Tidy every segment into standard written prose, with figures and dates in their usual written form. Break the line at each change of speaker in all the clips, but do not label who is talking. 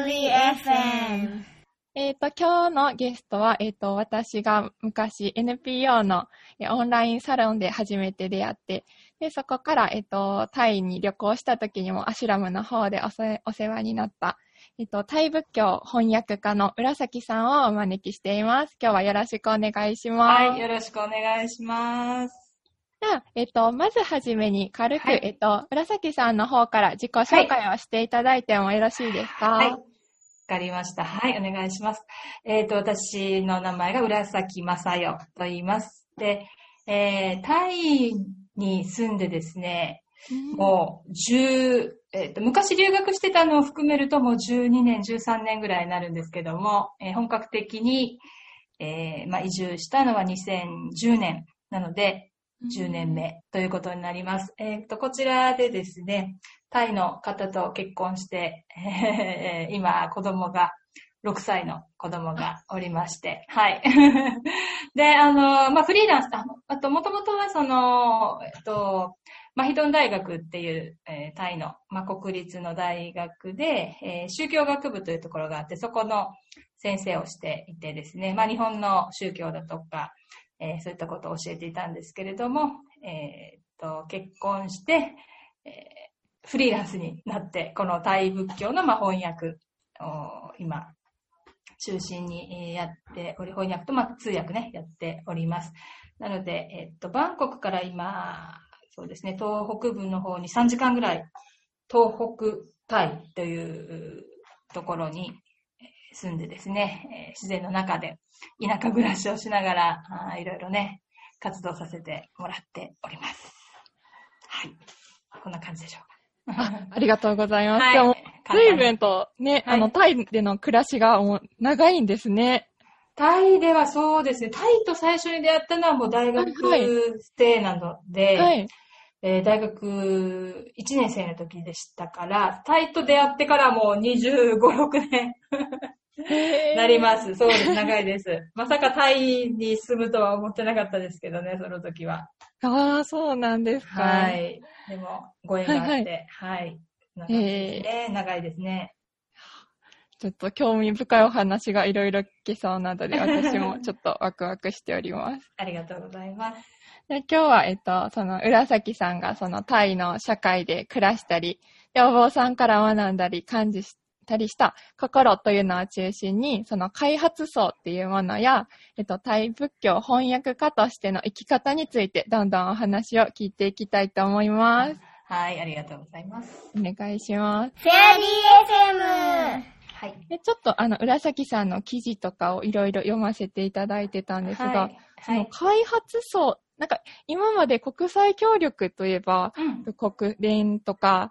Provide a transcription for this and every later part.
FM。
今日のゲストは、私が昔 NPO のオンラインサロンで初めて出会って、で、そこから、タイに旅行した時にもアシュラムの方でお世話になった、タイ仏教翻訳家の浦崎さんをお招きしています。今日はよろしくお願いします。
はい、よろしくお願いします。
じゃあ、まずはじめに軽く、はい、浦崎さんの方から自己紹介をしていただいてもよろしいですか？
はい。わかりました。はい、お願いします。私の名前が浦崎正代と言います。で、タイに住んでですね、もう昔留学してたのを含めるともう12年、13年ぐらいになるんですけども、本格的に、移住したのは2010年なので、10年目ということになります。こちらでですね、タイの方と結婚して、今6歳の子供がおりまして、はい。で、フリーランス、もともとはマヒドン大学っていう、タイの、国立の大学で、宗教学部というところがあって、そこの先生をしていてですね、日本の宗教だとか、そういったことを教えていたんですけれども、結婚して、フリーランスになって、このタイ仏教の翻訳を今、中心にやっており、翻訳と通訳ね、やっております。なので、バンコクから今、そうですね、東北部の方に3時間ぐらい、東北タイというところに住んでですね、自然の中で田舎暮らしをしながらいろいろね活動させてもらっております。はい、こんな感じでしょうか。
ありがとうございます。
はい、
でも随分とね、はい、タイでの暮らしがもう長いんですね。
タイではそうですね。タイと最初に出会ったのはもう大学生なので、はい、大学1年生の時でしたから、タイと出会ってからもう25、6年なります。そうです。長いです。まさかタイに住むとは思ってなかったですけどね、その時は。
ああ、そうなんですか。
はい。でも、ご縁があって、はい。長いですね。長いですね。
ちょっと興味深いお話がいろいろ聞けそうなので、私もちょっとワクワクしております。
ありがとうございます。
で今日は、その、浦崎さんがそのタイの社会で暮らしたり、でお坊さんから学んだり、感じたりした心というのを中心に、その開発層っていうものや、タイ仏教翻訳家としての生き方について、どんどんお話を聞いていきたいと思います。
はい、ありがとうございます。
お願いします。
フェアリー FM。
はい。で、ちょっと浦崎さんの記事とかをいろいろ読ませていただいてたんですが、はい、その開発層、なんか今まで国際協力といえば、国連とか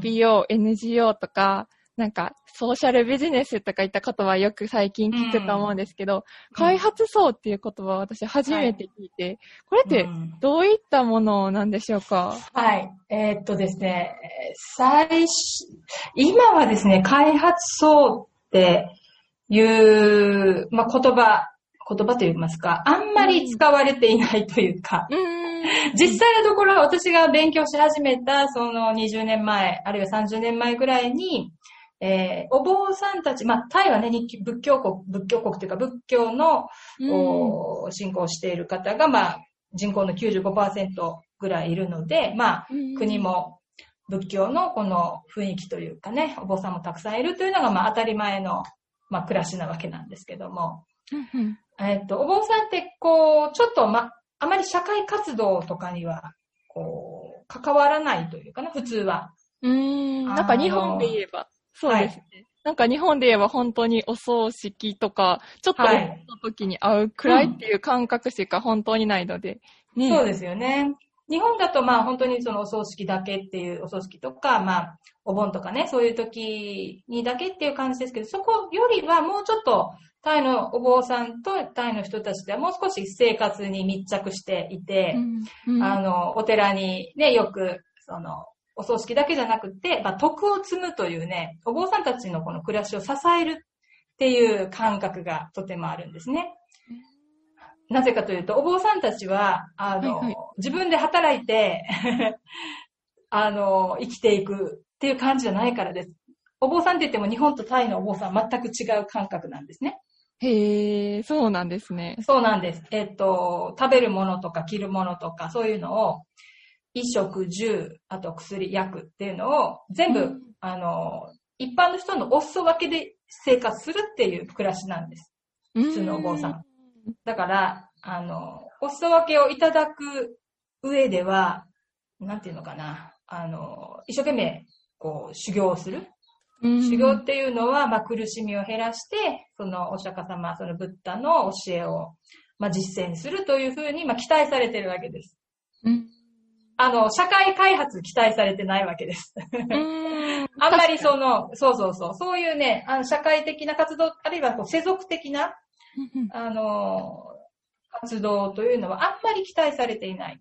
NPO、NGO とか、なんかソーシャルビジネスとかいった言葉はよく最近聞くと思うんですけど、開発層っていう言葉は私初めて聞いて、これってどういったものなんでしょうか？
はい。ですね、今はですね、開発層っていう、言葉と言いますか、あんまり使われていないというか、実際のところは私が勉強し始めたその20年前、あるいは30年前ぐらいに、お坊さんたち、タイはね、仏教国というか仏教の、信仰している方が、人口の 95% ぐらいいるので、国も仏教のこの雰囲気というかね、お坊さんもたくさんいるというのが、当たり前の、暮らしなわけなんですけども、お坊さんって、ちょっと、あまり社会活動とかには、関わらないというかな、普通は。
なんか日本で言えば、そうですね。はい、なんか日本で言えば本当にお葬式とか、ちょっとお盆の時に会うくらいっていう感覚しか本当にないので。
そうですよね。日本だと本当にそのお葬式だけっていう、お葬式とか、お盆とかね、そういう時にだけっていう感じですけど、そこよりはもうちょっと、タイのお坊さんとタイの人たちではもう少し生活に密着していて、お寺にね、よく、お葬式だけじゃなくて、徳を積むというね、お坊さんたちのこの暮らしを支えるっていう感覚がとてもあるんですね。なぜかというと、お坊さんたちは、自分で働いて、生きていくっていう感じじゃないからです。 お坊さんって言っても日本とタイのお坊さんは全く違う感覚なんですね。
へえ、そうなんですね。
そうなんです。食べるものとか着るものとかそういうのを、衣食住、あと薬、薬っていうのを全部、一般の人のお裾分けで生活するっていう暮らしなんです。普通のお坊さん。だから、お裾分けをいただく上では、なんていうのかな、一生懸命、こう、修行をする。修行っていうのは、苦しみを減らして、そのお釈迦様、そのブッダの教えを、実践するというふうに、期待されてるわけです。社会開発期待されてないわけです。あんまりそういうね、社会的な活動、あるいは世俗的な、活動というのはあんまり期待されていない。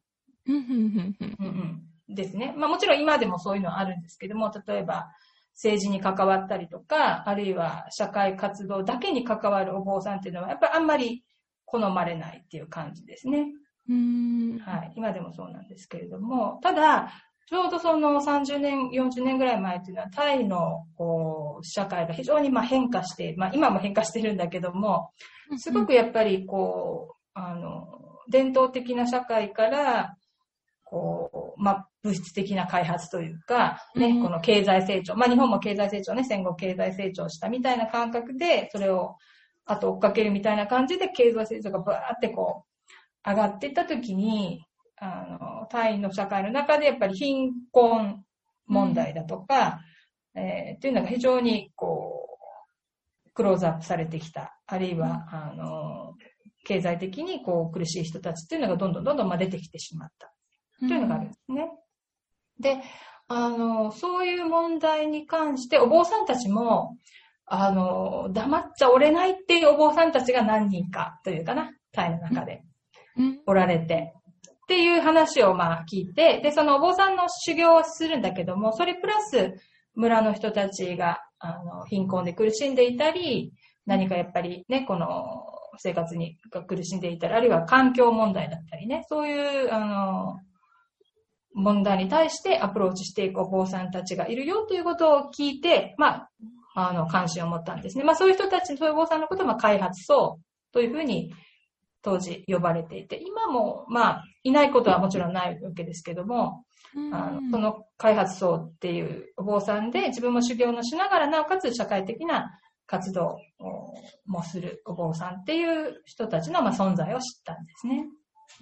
ですね。もちろん今でもそういうのはあるんですけども、例えば政治に関わったりとか、あるいは社会活動だけに関わるお坊さんっていうのはやっぱりあんまり好まれないっていう感じですね。はい。今でもそうなんですけれども、ただ、ちょうどその30年、40年ぐらい前っていうのは、タイの社会が非常に変化して、今も変化してるんだけども、すごくやっぱり伝統的な社会から、物質的な開発というか、ね、この経済成長、日本も経済成長ね、戦後経済成長したみたいな感覚で、それを後追っかけるみたいな感じで経済成長がバーって上がっていったときに、タイの社会の中でやっぱり貧困問題だとか、っていうのが非常にクローズアップされてきた。あるいは、経済的に苦しい人たちっていうのがどんどん出てきてしまった。というのがあるんですね。で、そういう問題に関してお坊さんたちも、黙っちゃおれないっていうお坊さんたちが何人かというかな、タイの中でおられて、っていう話を聞いて、で、そのお坊さんの修行をするんだけども、それプラス村の人たちが、貧困で苦しんでいたり、何かやっぱりね、この生活に苦しんでいたり、あるいは環境問題だったりね、そういう、問題に対してアプローチしていくお坊さんたちがいるよということを聞いて、関心を持ったんですね。そういう人たち、そういうお坊さんのことを開発層というふうに当時呼ばれていて、今もいないことはもちろんないわけですけども、その開発層っていうお坊さんで自分も修行のしながら、なおかつ社会的な活動もするお坊さんっていう人たちの存在を知ったんですね。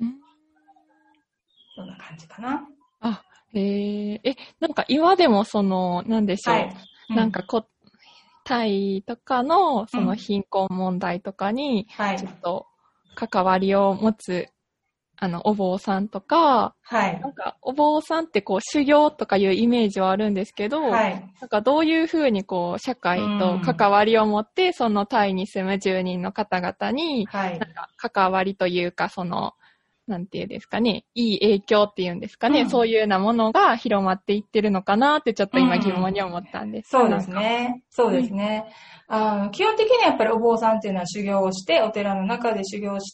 そんな感じかな。
なんか今でもなんでしょう。はい、タイとかのその貧困問題とかに、ちょっと関わりを持つ、お坊さんとか、なんかお坊さんって修行とかいうイメージはあるんですけど、なんかどういうふうに社会と関わりを持って、そのタイに住む住人の方々に、なんか関わりというか、なんていうんですかね、いい影響っていうんですかね、そういうようなものが広まっていってるのかなってちょっと今疑問に思ったんです。
そうですね。そうですね。基本的にはやっぱりお坊さんっていうのは修行をして、お寺の中で修行して、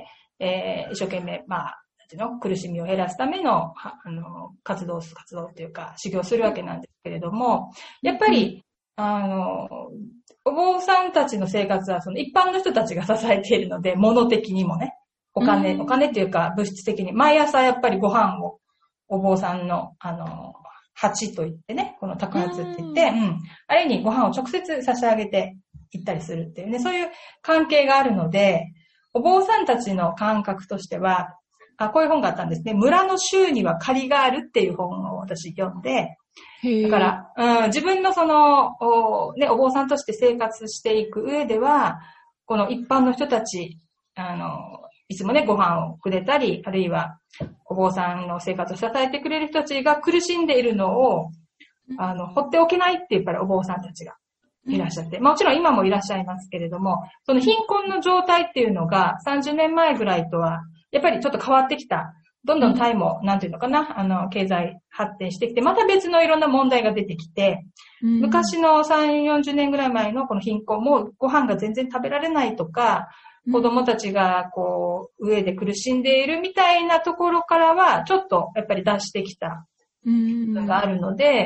一生懸命、苦しみを減らすための、活動っていうか、修行するわけなんですけれども、やっぱり、お坊さんたちの生活は、一般の人たちが支えているので、物的にもね、お金っていうか物質的に、毎朝やっぱりご飯をお坊さんの、鉢と言ってね、この托鉢って言って、あれにご飯を直接差し上げていったりするっていうね、そういう関係があるので、お坊さんたちの感覚としては、こういう本があったんですね。村の衆には借りがあるっていう本を私読んで、だから、自分のお坊さんとして生活していく上では、この一般の人たち、いつもね、ご飯をくれたり、あるいは、お坊さんの生活を支えてくれる人たちが苦しんでいるのを、放っておけないってやっぱりお坊さんたちがいらっしゃって、もちろん今もいらっしゃいますけれども、その貧困の状態っていうのが30年前ぐらいとは、やっぱりちょっと変わってきた。どんどんタイも、なんていうのかな、経済発展してきて、また別のいろんな問題が出てきて、昔の3、40年ぐらい前のこの貧困もご飯が全然食べられないとか、子供たちが上で苦しんでいるみたいなところからはちょっとやっぱり出してきたのがあるので、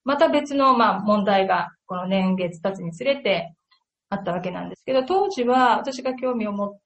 また別の、問題が、この年月経つにつれてあったわけなんですけど、当時は私が興味を持った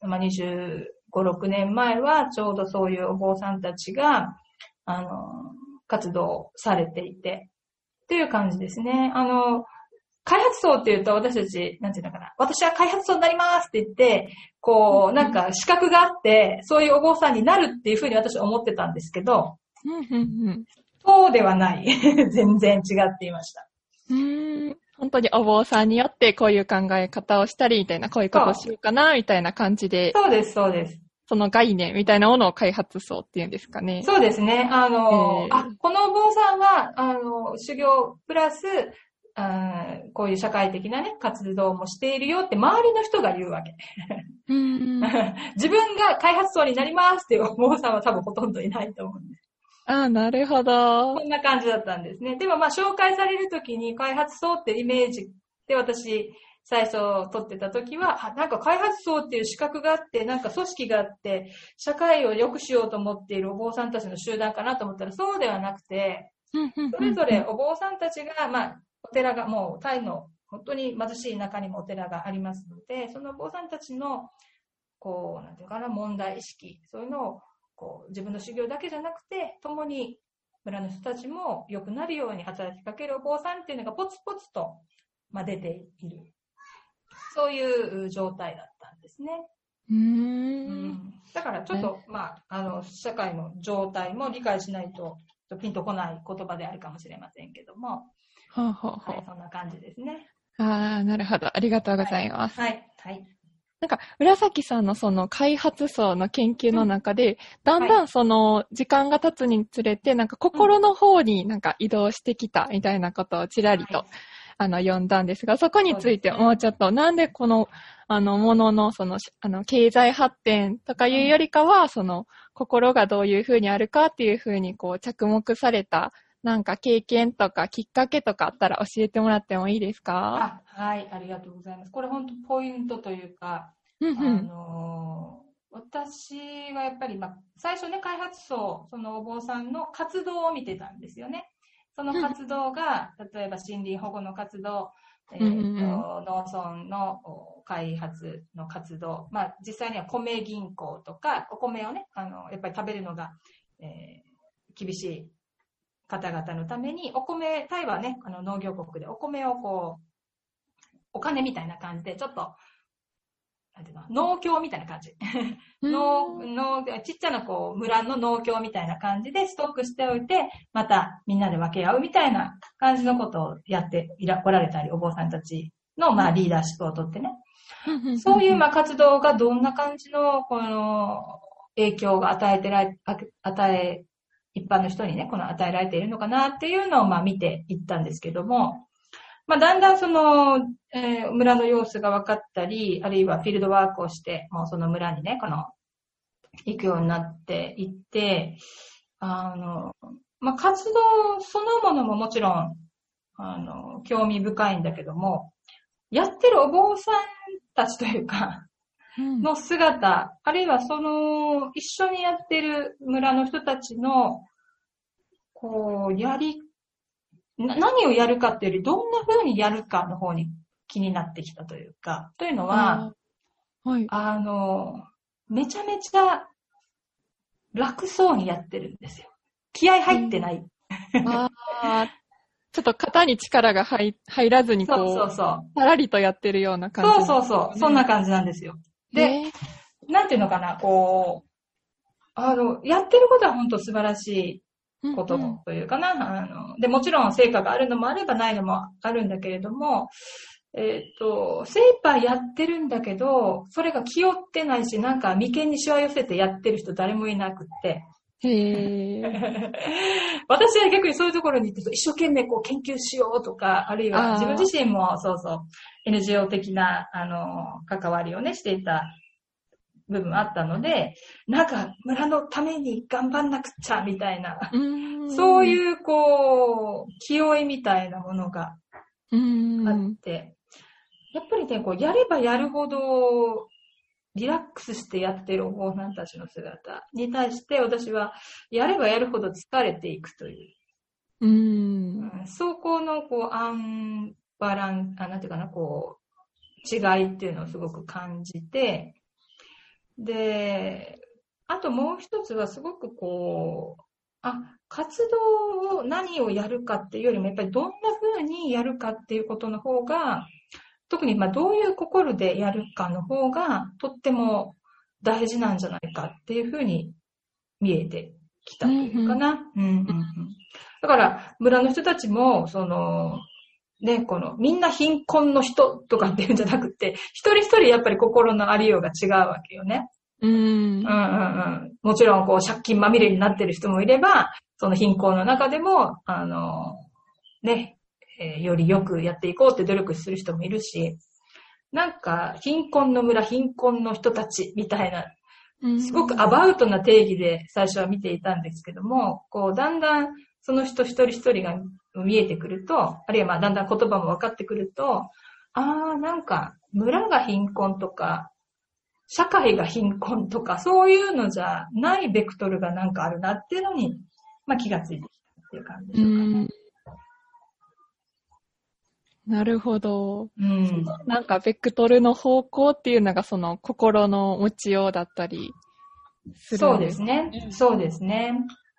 、25、6年前は、ちょうどそういうお坊さんたちが、活動されていて、っていう感じですね。開発層って言うと私たち、なんていうのかな。私は開発層になりますって言って、なんか資格があって、そういうお坊さんになるっていうふうに私は思ってたんですけど、そうではない。全然違っていました。
本当にお坊さんによってこういう考え方をしたりみたいな、こういうことをしようかなみたいな感じで。
そうです、そうです。
その概念みたいなものを開発層っていうんですかね。
そうですね。このお坊さんは、修行プラス、こういう社会的なね、活動もしているよって周りの人が言うわけ。自分が開発層になりますっていうお坊さんは多分ほとんどいないと思うんです。
なるほど。
こんな感じだったんですね。でも紹介されるときに開発層ってイメージで私、最初取ってたときは、なんか開発層っていう資格があって、なんか組織があって、社会を良くしようと思っているお坊さんたちの集団かなと思ったらそうではなくて、それぞれお坊さんたちが、お寺がもうタイの本当に貧しい中にもお寺がありますので、そのお坊さんたちの、なんていうかな、問題意識、そういうのを、自分の修行だけじゃなくて、共に村の人たちも良くなるように働きかけるお坊さんっていうのがポツポツと、出ている。そういう状態だったんですね。だからちょっと、社会の状態も理解しないとピンとこない言葉であるかもしれませんけども。はい、そんな感じですね。
なるほど。ありがとうございます。
はい。はい。
なんか、浦崎さんのその開発層の研究の中で、だんだんその時間が経つにつれて、なんか心の方になんか移動してきたみたいなことをちらりと、読んだんですが、そこについてもうちょっと、なんでこの、ものの、経済発展とかいうよりかは、心がどういうふうにあるかっていうふうに、着目された、なんか経験とかきっかけとかあったら教えてもらってもいいですか？
はい、ありがとうございます。これ本当ポイントというか、私はやっぱり、最初ね、開発層、そのお坊さんの活動を見てたんですよね。その活動が、例えば森林保護の活動、農村の開発の活動、実際には米銀行とか、お米をね、やっぱり食べるのが、厳しい方々のために、タイはね、農業国でお米をお金みたいな感じで、ちょっと、なんていうの、農協みたいな感じ。ちっちゃな村の農協みたいな感じでストックしておいて、またみんなで分け合うみたいな感じのことをやって来られたり、お坊さんたちのリーダーシップをとってね。そういう活動がどんな感じの影響が一般の人にね、与えられているのかなっていうのを見ていったんですけども、だんだん村の様子が分かったり、あるいはフィールドワークをして、もうその村にね、行くようになっていって、活動そのものももちろん、興味深いんだけども、やってるお坊さんたちというか、の姿、あるいは一緒にやってる村の人たちの、何をやるかっていうより、どんな風にやるかの方に気になってきたというか、というのは、めちゃめちゃ楽そうにやってるんですよ。気合入ってない。
ちょっと肩に力が入らずにさらりとやってるような感じ、
そう。そんな感じなんですよ。で、なんていうのかな、やってることは本当素晴らしいことというかな、で、もちろん成果があるのもあればないのもあるんだけれども、精一杯やってるんだけど、それが気負ってないし、なんか眉間にしわ寄せてやってる人誰もいなくって。私は逆にそういうところに行って一生懸命研究しようとか、あるいは自分自身もNGO 的な関わりをねしていた部分あったので、なんか村のために頑張んなくちゃみたいな、そういう気負いみたいなものがあって、やっぱりねやればやるほどリラックスしてやってるお坊さんたちの姿に対して私はやればやるほど疲れていくという。 そこの、アンバラン、なんていうかな、違いっていうのをすごく感じて、で、あともう一つはすごく活動を何をやるかっていうよりも、やっぱりどんな風にやるかっていうことの方が、特にどういう心でやるかの方が、とっても大事なんじゃないかっていう風に見えてきたというかな。だから、村の人たちも、みんな貧困の人とかっていうんじゃなくて、一人一人やっぱり心のありようが違うわけよね。もちろん、借金まみれになってる人もいれば、その貧困の中でも、よりよくやっていこうって努力する人もいるし、なんか、貧困の村、貧困の人たちみたいな、すごくアバウトな定義で最初は見ていたんですけども、だんだんその人一人一人が見えてくると、あるいはだんだん言葉も分かってくると、なんか、村が貧困とか、社会が貧困とか、そういうのじゃないベクトルがなんかあるなっていうのに、気がついてきたっていう感じでしょうかね。
なるほど。なんか、ベクトルの方向っていうのが、その心の持ちようだったりする。
そうですね。そうですね。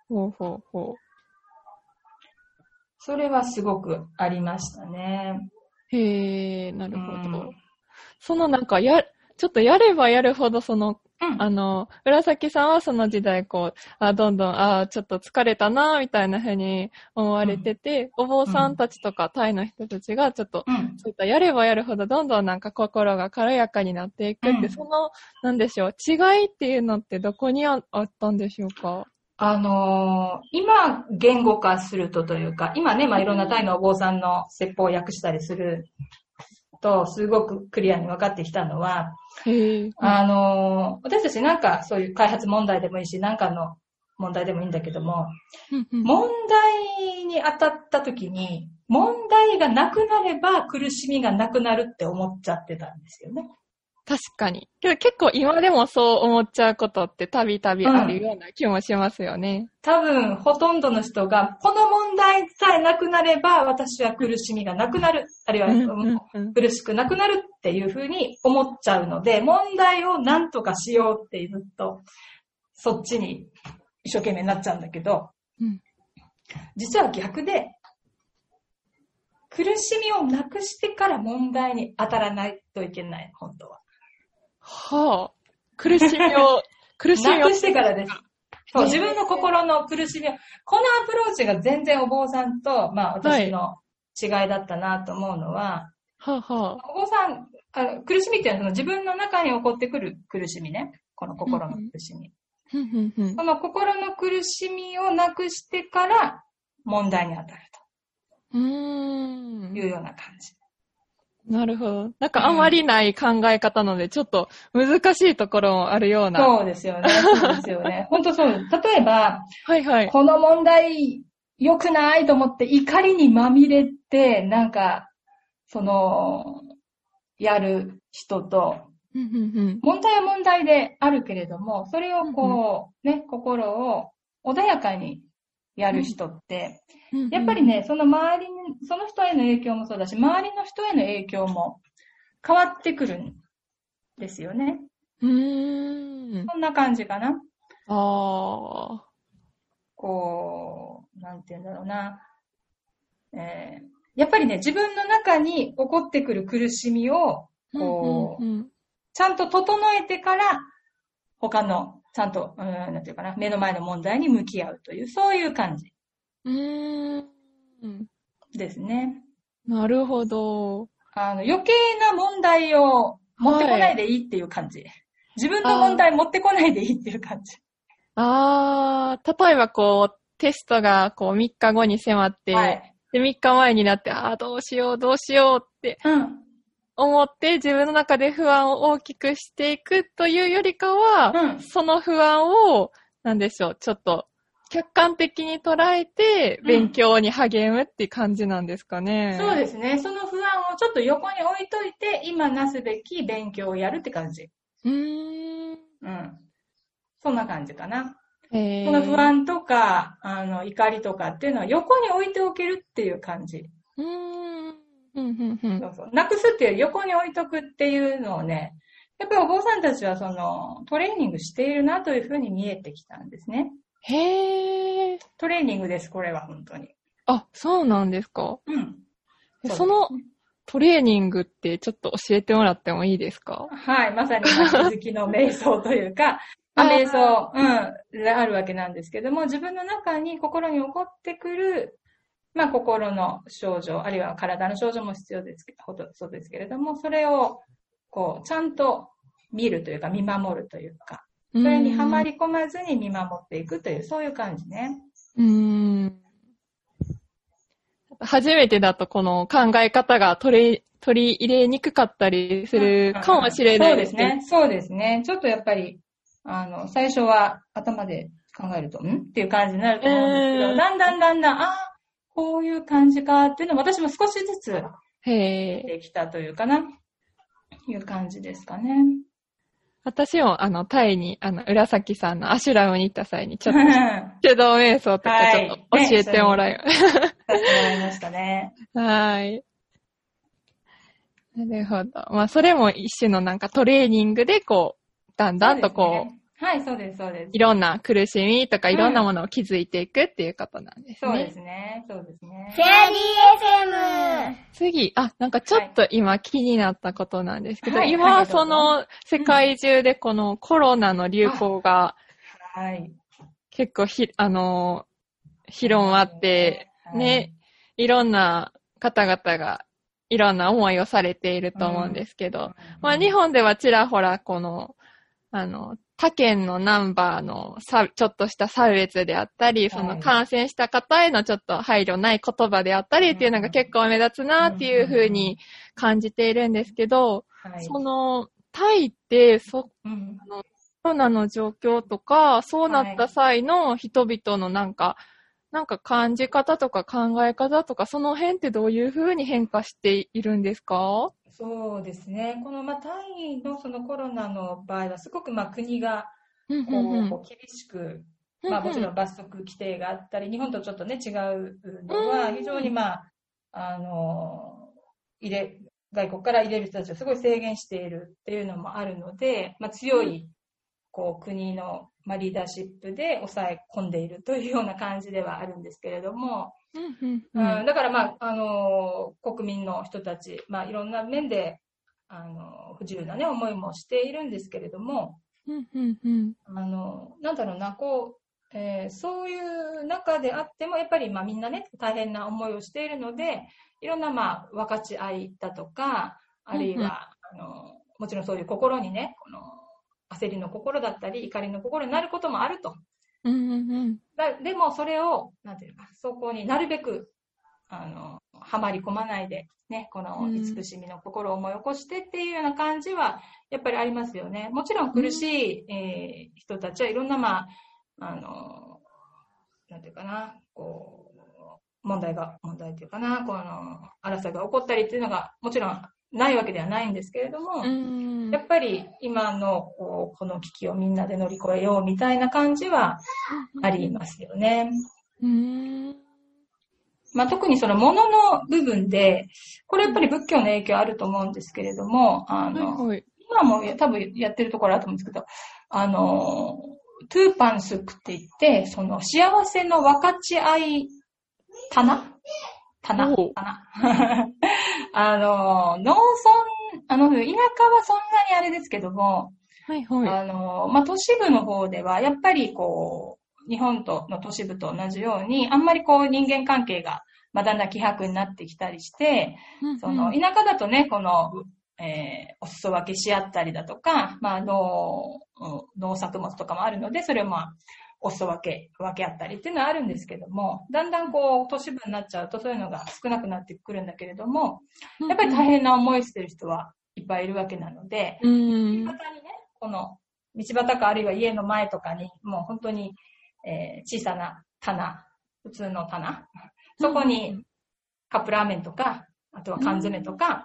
それはすごくありましたね。
へー、なるほど。そのなんか、ちょっとやればやるほど、紫さんはその時代、どんどん、ちょっと疲れたな、みたいな風に思われてて、お坊さんたちとかタイの人たちが、ちょっと、そういったやればやるほど、どんどんなんか心が軽やかになっていくって、なんでしょう、違いっていうのってどこにあったんでしょうか？
今、言語化するというか、今ね、いろんなタイのお坊さんの説法を訳したりすると、すごくクリアに分かってきたのは、私たちなんかそういう開発問題でもいいし、なんかの問題でもいいんだけども、問題に当たった時に、問題がなくなれば苦しみがなくなるって思っちゃってたんですよね。
確かに。けど結構今でもそう思っちゃうことってたびたびあるような気もしますよね。
多分、ほとんどの人が、この問題さえなくなれば、私は苦しみがなくなる、あるいは苦しくなくなるっていうふうに思っちゃうので、問題を何とかしようってずっと、そっちに一生懸命になっちゃうんだけど、実は逆で、苦しみをなくしてから問題に当たらないといけない、本当は。苦しみをなくしてからです。そう、自分の心の苦しみを、このアプローチが全然お坊さんと、私の違いだったなと思うのは、お坊さん、苦しみっていうのは自分の中に起こってくる苦しみね。この心の苦しみ。この心の苦しみをなくしてから問題に当たると。いうような感じ。
なるほど。なんかあまりない考え方なので、ちょっと難しいところもあるような。
そうですよね。そうですよね。本当そうです。例えば、この問題良くないと思って怒りにまみれて、なんか、やる人と、問題は問題であるけれども、それを心を穏やかにやる人って、やっぱりね、その周りに、その人への影響もそうだし、周りの人への影響も変わってくるんですよね。そんな感じかな。なんて言うんだろうな。やっぱりね、自分の中に起こってくる苦しみを、ちゃんと整えてから、他の、ちゃんと、なんていうかな、目の前の問題に向き合うという、そういう感じ。ですね。
なるほど。
余計な問題を持ってこないでいいっていう感じ。自分の問題持ってこないでいいっていう感じ。
例えばテストが3日後に迫って、で、3日前になって、どうしようって、思って自分の中で不安を大きくしていくというよりかは、その不安を、なんでしょう、ちょっと、客観的に捉えて勉強に励むって感じなんですかね。
そうですね。その不安をちょっと横に置いといて、今なすべき勉強をやるって感じ。そんな感じかな。 その不安とか、怒りとかっていうのは横に置いておけるっていう感じ。そうそう。なくすっていう横に置いとくっていうのをね、やっぱりお坊さんたちはトレーニングしているなというふうに見えてきたんですね。
へー。
トレーニングです、これは本当に。
あ、そうなんですか。
うん。
そのトレーニングってちょっと教えてもらってもいいですか？
はい、まさに気づきの瞑想というか、瞑想、あるわけなんですけども、自分の中に心に起こってくる、心の症状、あるいは体の症状も必要ですけど、そうですけれども、それを、ちゃんと見るというか、見守るというか、それにはまり込まずに見守っていくという、そういう感じね。
初めてだとこの考え方が取り入れにくかったりするかもしれないですね。
そうですね。ちょっとやっぱり、最初は頭で考えると、っていう感じになると思うんですけど、だんだん、こういう感じかっていうのを私も少しずつできたというかな、いう感じですかね。
私もタイに浦崎さんのアシュラムに行った際にちょっと手動瞑想とかちょっと教えてもらい
ましたね。
はい。なるほど。それも一種のなんかトレーニングでだんだんと
はい、そうです、そうです。
いろんな苦しみとかいろんなものを気づいていくっていうことなんですね。
そうですね、そうですね。
フェアリー FM!
次、なんかちょっと今気になったことなんですけど、今世界中でこのコロナの流行が、結構広まって、ね、いろんな方々がいろんな思いをされていると思うんですけど、日本ではちらほら他県のナンバーのちょっとした差別であったり、感染した方へのちょっと配慮ない言葉であったりっていうのが結構目立つなっていうふうに感じているんですけど、タイってコロナの状況とか、そうなった際の人々のなんか感じ方とか考え方とか、その辺ってどういうふうに変化しているんですか？
そうですね。この、タイのそのコロナの場合は、すごく国が、厳しく、もちろん罰則規定があったり、日本とちょっとね、違うのは、非常に外国から入れる人たちをすごい制限しているっていうのもあるので、強い、国の、リーダーシップで抑え込んでいるというような感じではあるんですけれども、だから国民の人たち、いろんな面で、不自由なね、思いもしているんですけれども、なんだろうな、そういう中であっても、やっぱりみんなね、大変な思いをしているので、いろんな分かち合いだとか、あるいは、もちろんそういう心にね、焦りの心だったり、怒りの心になることもあると。でもそれを、なんていうか、そこになるべく、はまり込まないで、ね、この慈しみの心を思い起こしてっていうような感じは、やっぱりありますよね。もちろん苦しい、人たちはいろんな、なんていうかな、問題っていうかな、争いが起こったりっていうのが、もちろんないわけではないんですけれども、やっぱり今のこの危機をみんなで乗り越えようみたいな感じはありますよね。特にその物の部分で、これやっぱり仏教の影響あると思うんですけれども、今も多分やってるところあると思うんですけど、トゥーパンスクって言って、その幸せの分かち合い棚農村、田舎はそんなにあれですけども、都市部の方では、やっぱり日本の都市部と同じように、あんまり人間関係が、だんだん希薄になってきたりして、田舎だとね、お裾分けし合ったりだとか、農作物とかもあるので、それをお裾分け合ったりっていうのはあるんですけども、だんだん都市部になっちゃうとそういうのが少なくなってくるんだけれども、やっぱり大変な思いしてる人はいっぱいいるわけなので、道端にね、この道端かあるいは家の前とかに、もう本当に、小さな棚、普通の棚、そこにカップラーメンとか、あとは缶詰とか、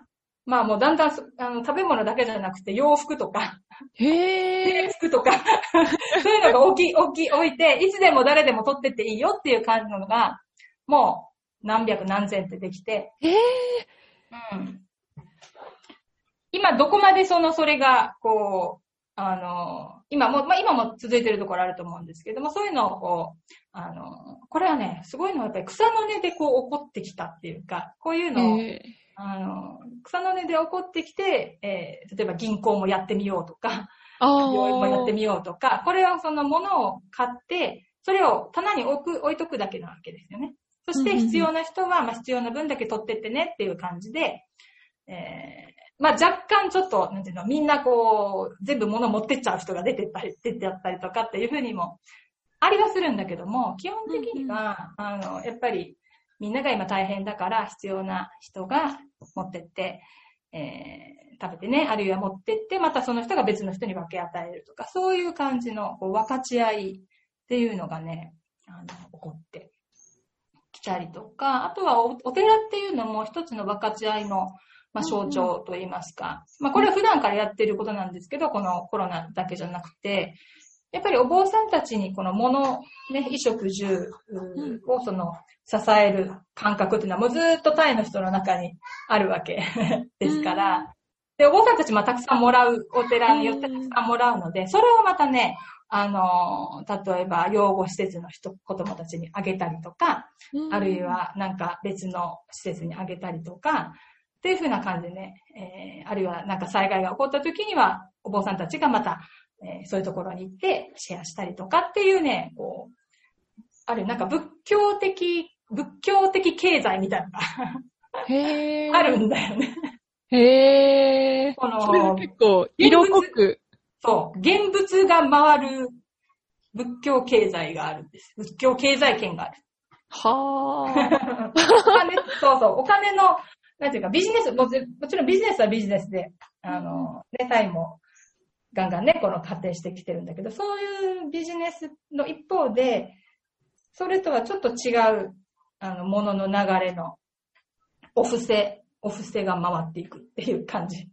まあもうだんだん食べ物だけじゃなくて洋服とか、制服とか、そういうのが置いて、いつでも誰でも取ってっていいよっていう感じのが、もう何百何千ってできて、うん。今どこまでそれが、こう、今も続いてるところあると思うんですけども、そういうのをこう、これはね、すごいのはやっぱり草の根でこう起こってきたっていうか、こういうのを、草の根で起こってきて、例えば銀行もやってみようとか、病院もやってみようとか、これはそのものを買って、それを棚に置いとくだけなわけですよね。そして必要な人は、必要な分だけ取ってってねっていう感じで、若干ちょっと、なんていうの、みんなこう、全部物持ってっちゃう人が出てったりとかっていうふうにも、ありはするんだけども、基本的には、やっぱり、みんなが今大変だから必要な人が持ってって、食べてね、あるいは持ってって、またその人が別の人に分け与えるとか、そういう感じのこう分かち合いっていうのがね、起こってきたりとか、あとはお寺っていうのも一つの分かち合いの、象徴といいますか、これは普段からやってることなんですけど、このコロナだけじゃなくて、やっぱりお坊さんたちにこの物、ね、衣食住を支える感覚っていうのはもうずっとタイの人の中にあるわけですから、で、お坊さんたちもたくさんもらう、お寺によってたくさんもらうので、それをまたね、例えば養護施設の子供たちにあげたりとか、あるいはなんか別の施設にあげたりとか、っていう風な感じでね、あるいはなんか災害が起こった時には、お坊さんたちがまた、そういうところに行ってシェアしたりとかっていうね、こう、あるなんか仏教的経済みたいなのがあるんだよね。
へー。それ結構色濃く。
そう。現物が回る仏教経済があるんです。仏教経済圏がある。
は
ー。お金の、なんていうか、ビジネス、もちろんビジネスはビジネスで、タイもガンガンね、発展してきてるんだけど、そういうビジネスの一方で、それとはちょっと違う、ものの流れの、お布施が回っていくっていう感じ。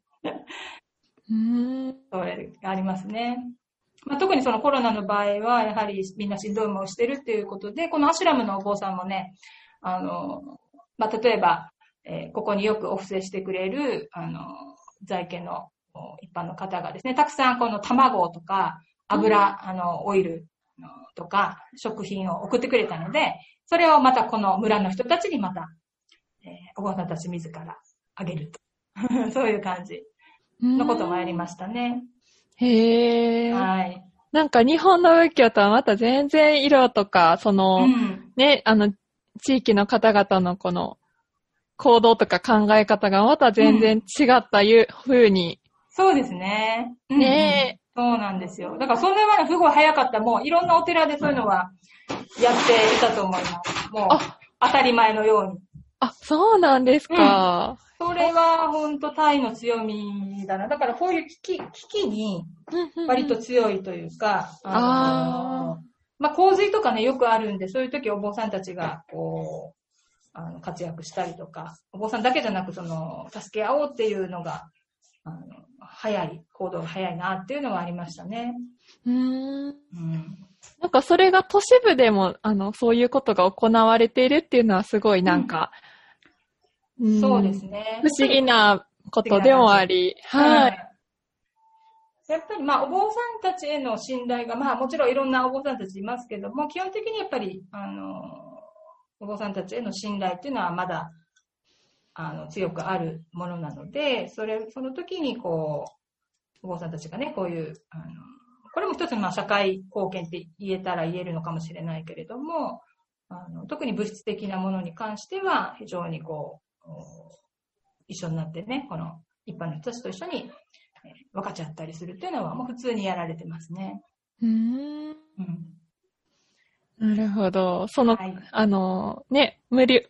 それがありますね。特にそのコロナの場合は、やはりみんなしんどい思いをしてるっていうことで、このアシュラムのお坊さんもね、例えば、ここによくお布施してくれる、在家の一般の方がですね、たくさんこの卵とか油、オイルとか食品を送ってくれたので、それをまたこの村の人たちにまた、お坊さんたち自らあげると。そういう感じのこともやりましたね。
へー。
はい。
なんか日本の仏教とはまた全然色とか、ね、地域の方々のこの行動とか考え方がまた全然違った風に。
そうですね。
ねえ。
そうなんですよ。だからそれはね、すごい早かった。もういろんなお寺でそういうのはやっていたと思います。もう当たり前のように。
あ、そうなんですか。
それは本当タイの強みだな。だからこういう危機に割と強いというか、洪水とかね、よくあるんで、そういう時お坊さんたちがこう、活躍したりとか、お坊さんだけじゃなく助け合おうっていうのが、行動が早いなっていうのはありましたね。
なんかそれが都市部でも、そういうことが行われているっていうのはすごいなんか、
そうですね。
不思議なことでもあり、はい。
やっぱりお坊さんたちへの信頼が、もちろんいろんなお坊さんたちいますけども、基本的にやっぱり、お坊さんたちへの信頼っていうのはまだ、強くあるものなので、その時にこう、お坊さんたちがね、こういう、これも一つの社会貢献って言えるのかもしれないけれども、特に物質的なものに関しては非常にこう、一緒になってね、この一般の人たちと一緒に分かち合ったりするっていうのはもう普通にやられてますね。
なるほど。ね、無料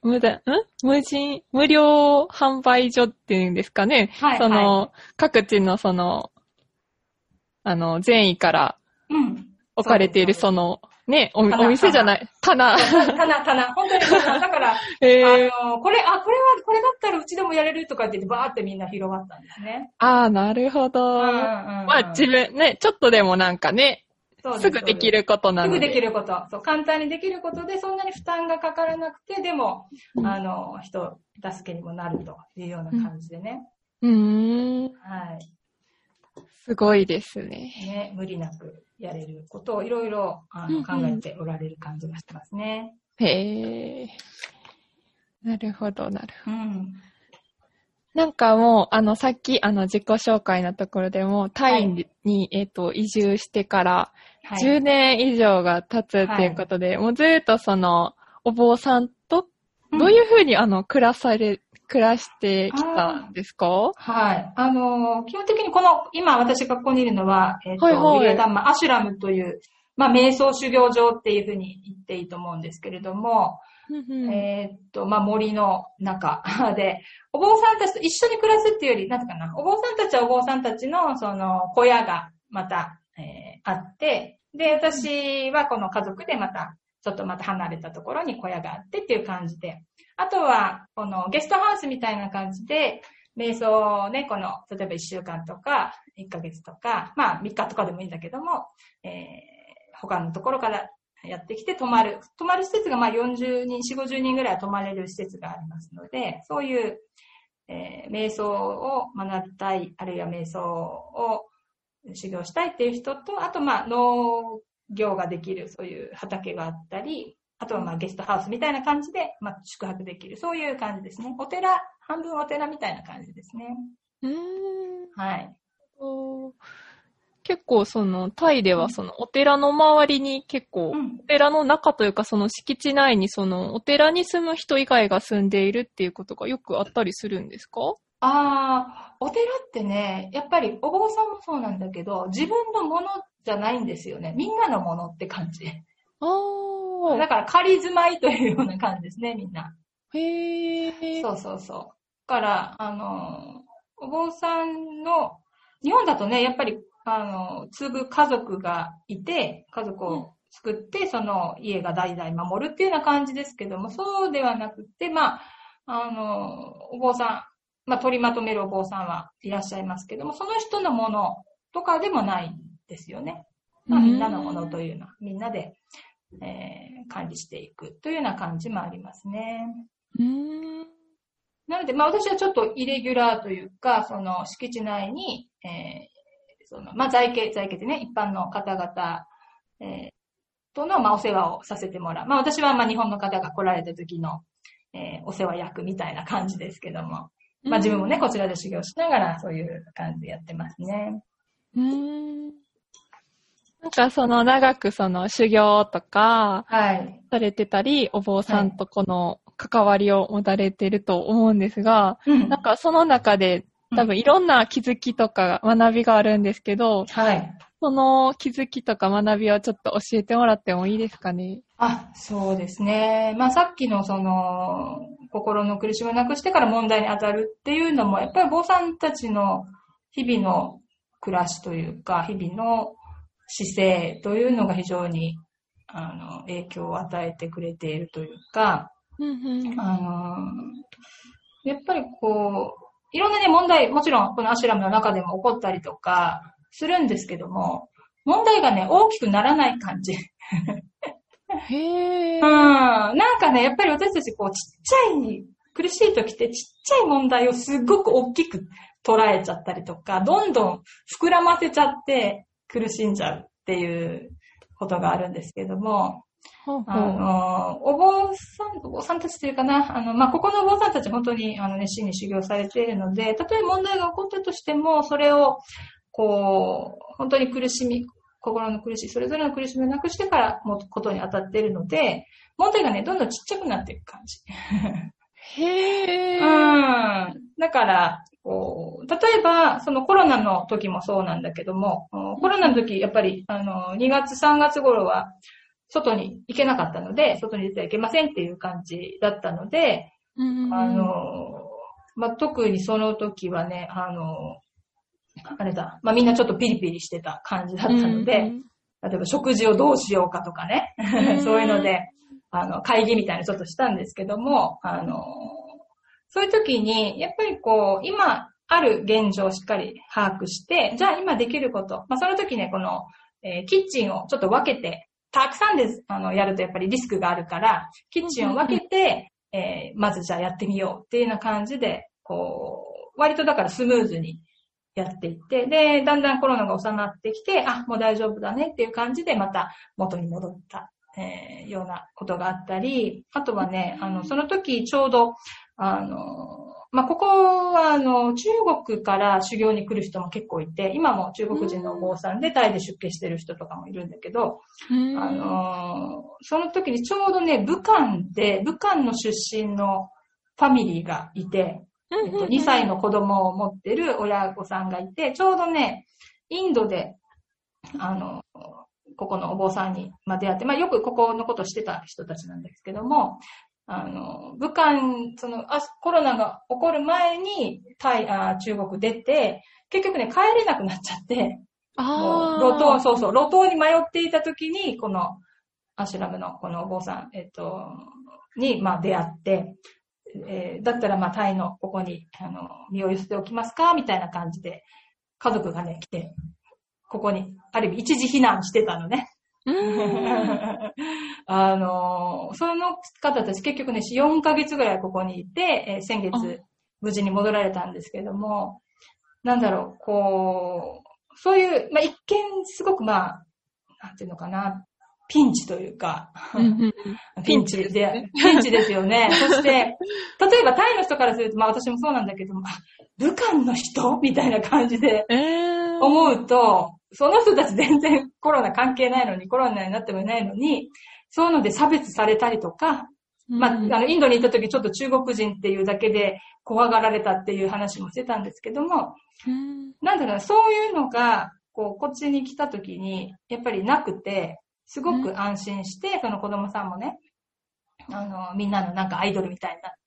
販売所っていうんですかね。各地の善意から置かれているね、お店じゃない。棚。
本当に棚。だから、これだったらうちでもやれるとかって言って、バーってみんな広がったんですね。
なるほど。まあ自分ね、ちょっとでもなんかね、すぐできることなので。
すぐできること。そう、簡単にできることで、そんなに負担がかからなくて、でも、人助けにもなるというような感じでね。はい。
すごいですね。
ね、無理なくやれることをいろいろ考えておられる感じがしてますね。
へえ。なるほど。なんかもう、さっき自己紹介のところでも、タイに、移住してから10年以上が経つっていうことで、もうずっとお坊さんと、どういうふうに暮らしてきたんですか？
はい。基本的に今私がここにいるのは、ウィリアダンマ・アシュラムという、瞑想修行場っていうふうに言っていいと思うんですけれども、森の中で、お坊さんたちと一緒に暮らすっていうより、なんていうかな、お坊さんたちはお坊さんたちの、小屋がまた、あって、で、私はこの家族でちょっとまた離れたところに小屋があってっていう感じで、あとは、このゲストハウスみたいな感じで、瞑想をね、例えば1週間とか、1ヶ月とか、3日とかでもいいんだけども、他のところからやってきて泊まる施設が40人、50人ぐらい泊まれる施設がありますので、そういう、瞑想を学びたい、あるいは瞑想を修行したいっていう人と、あと農業ができる、そういう畑があったり、あとはゲストハウスみたいな感じで、宿泊できる、そういう感じですね。半分お寺みたいな感じですね。はい。
結構タイではお寺の周りに結構、お寺の中というか敷地内にお寺に住む人以外が住んでいるっていうことがよくあったりするんですか？
お寺ってね、やっぱりお坊さんもそうなんだけど、自分のものじゃないんですよね。みんなのものって感じ。だから仮住まいというような感じですね、みんな。
へー。
そう。だから、お坊さんの、日本だとね、やっぱり、継ぐ家族がいて、家族を作って、その家が代々守るっていうような感じですけども、そうではなくて、お坊さん、取りまとめるお坊さんはいらっしゃいますけども、その人のものとかでもないんですよね。みんなのものというのは、みんなで、管理していくというような感じもありますね。なので、私はちょっとイレギュラーというか、敷地内に、在家でね、一般の方々、との、お世話をさせてもらう。私は、日本の方が来られた時の、お世話役みたいな感じですけども、自分もね、こちらで修行しながら、そういう感じでやってますね。
なんか長く修行とか、されてたり、お坊さんとこの関わりを持たれてると思うんですが、なんかその中で多分いろんな気づきとか学びがあるんですけど、その気づきとか学びをちょっと教えてもらってもいいですかね。
そうですね。さっきの心の苦しみをなくしてから問題に当たるっていうのも、やっぱり坊さんたちの日々の暮らしというか、日々の姿勢というのが非常に影響を与えてくれているというか、やっぱりいろんなね問題、もちろんこのアシュラムの中でも起こったりとかするんですけども、問題がね大きくならない感じ。なんかね、やっぱり私たちちっちゃい苦しい時ってちっちゃい問題をすごく大きく捉えちゃったりとか、どんどん膨らませちゃって苦しんじゃうっていうことがあるんですけども、お坊さんたちというかな、ここのお坊さんたち本当に熱心に修行されているので、たとえ問題が起こったとしても、それを本当に心の苦しい、それぞれの苦しみをなくしてからことに当たっているので、問題がね、どんどんちっちゃくなっていく感じ。だから、例えば、コロナの時もそうなんだけども、コロナの時、やっぱり、2月、3月頃は、外に行けなかったので、外に出てはいけませんっていう感じだったので、特にその時はね、みんなちょっとピリピリしてた感じだったので、 例えば食事をどうしようかとかね、そういうので、会議みたいなのちょっとしたんですけども、そういう時に、やっぱりこう、今ある現状をしっかり把握して、じゃあ今できること、その時ね、この、キッチンをちょっと分けて、たくさんでやるとやっぱりリスクがあるから、キッチンを分けて、まずじゃあやってみようっていうような感じで、こう、割とだからスムーズにやっていって、で、だんだんコロナが収まってきて、もう大丈夫だねっていう感じでまた元に戻った、ようなことがあったり、あとはね、その時ちょうど、ここは中国から修行に来る人も結構いて、今も中国人のお坊さんでタイで出家してる人とかもいるんだけど、その時にちょうどね、武漢の出身のファミリーがいて、2歳の子供を持ってる親御さんがいて、ちょうどね、インドで、ここのお坊さんに出会って、よくここのことしてた人たちなんですけども、武漢、コロナが起こる前に中国出て、結局ね、帰れなくなっちゃって、路頭に迷っていた時に、このアシュラムのこのお坊さん、に、出会って、だったらタイのここに、身を寄せておきますかみたいな感じで、家族がね、来て、ここに、ある意味一時避難してたのね。その方たち結局ね、4ヶ月ぐらいここにいて、先月無事に戻られたんですけども、こう、そういう、一見すごくなんていうのかな、ピンチというか、ピンチですよね。そして、例えばタイの人からすると、私もそうなんだけども、武漢の人みたいな感じで思うと、その人たち全然コロナ関係ないのに、コロナになってもいないのに、そういうので差別されたりとか、インドに行った時ちょっと中国人っていうだけで怖がられたっていう話もしてたんですけども、そういうのが、こっちに来た時に、やっぱりなくて、すごく安心して、その子供さんもね、みんなのアイドルみたいになって、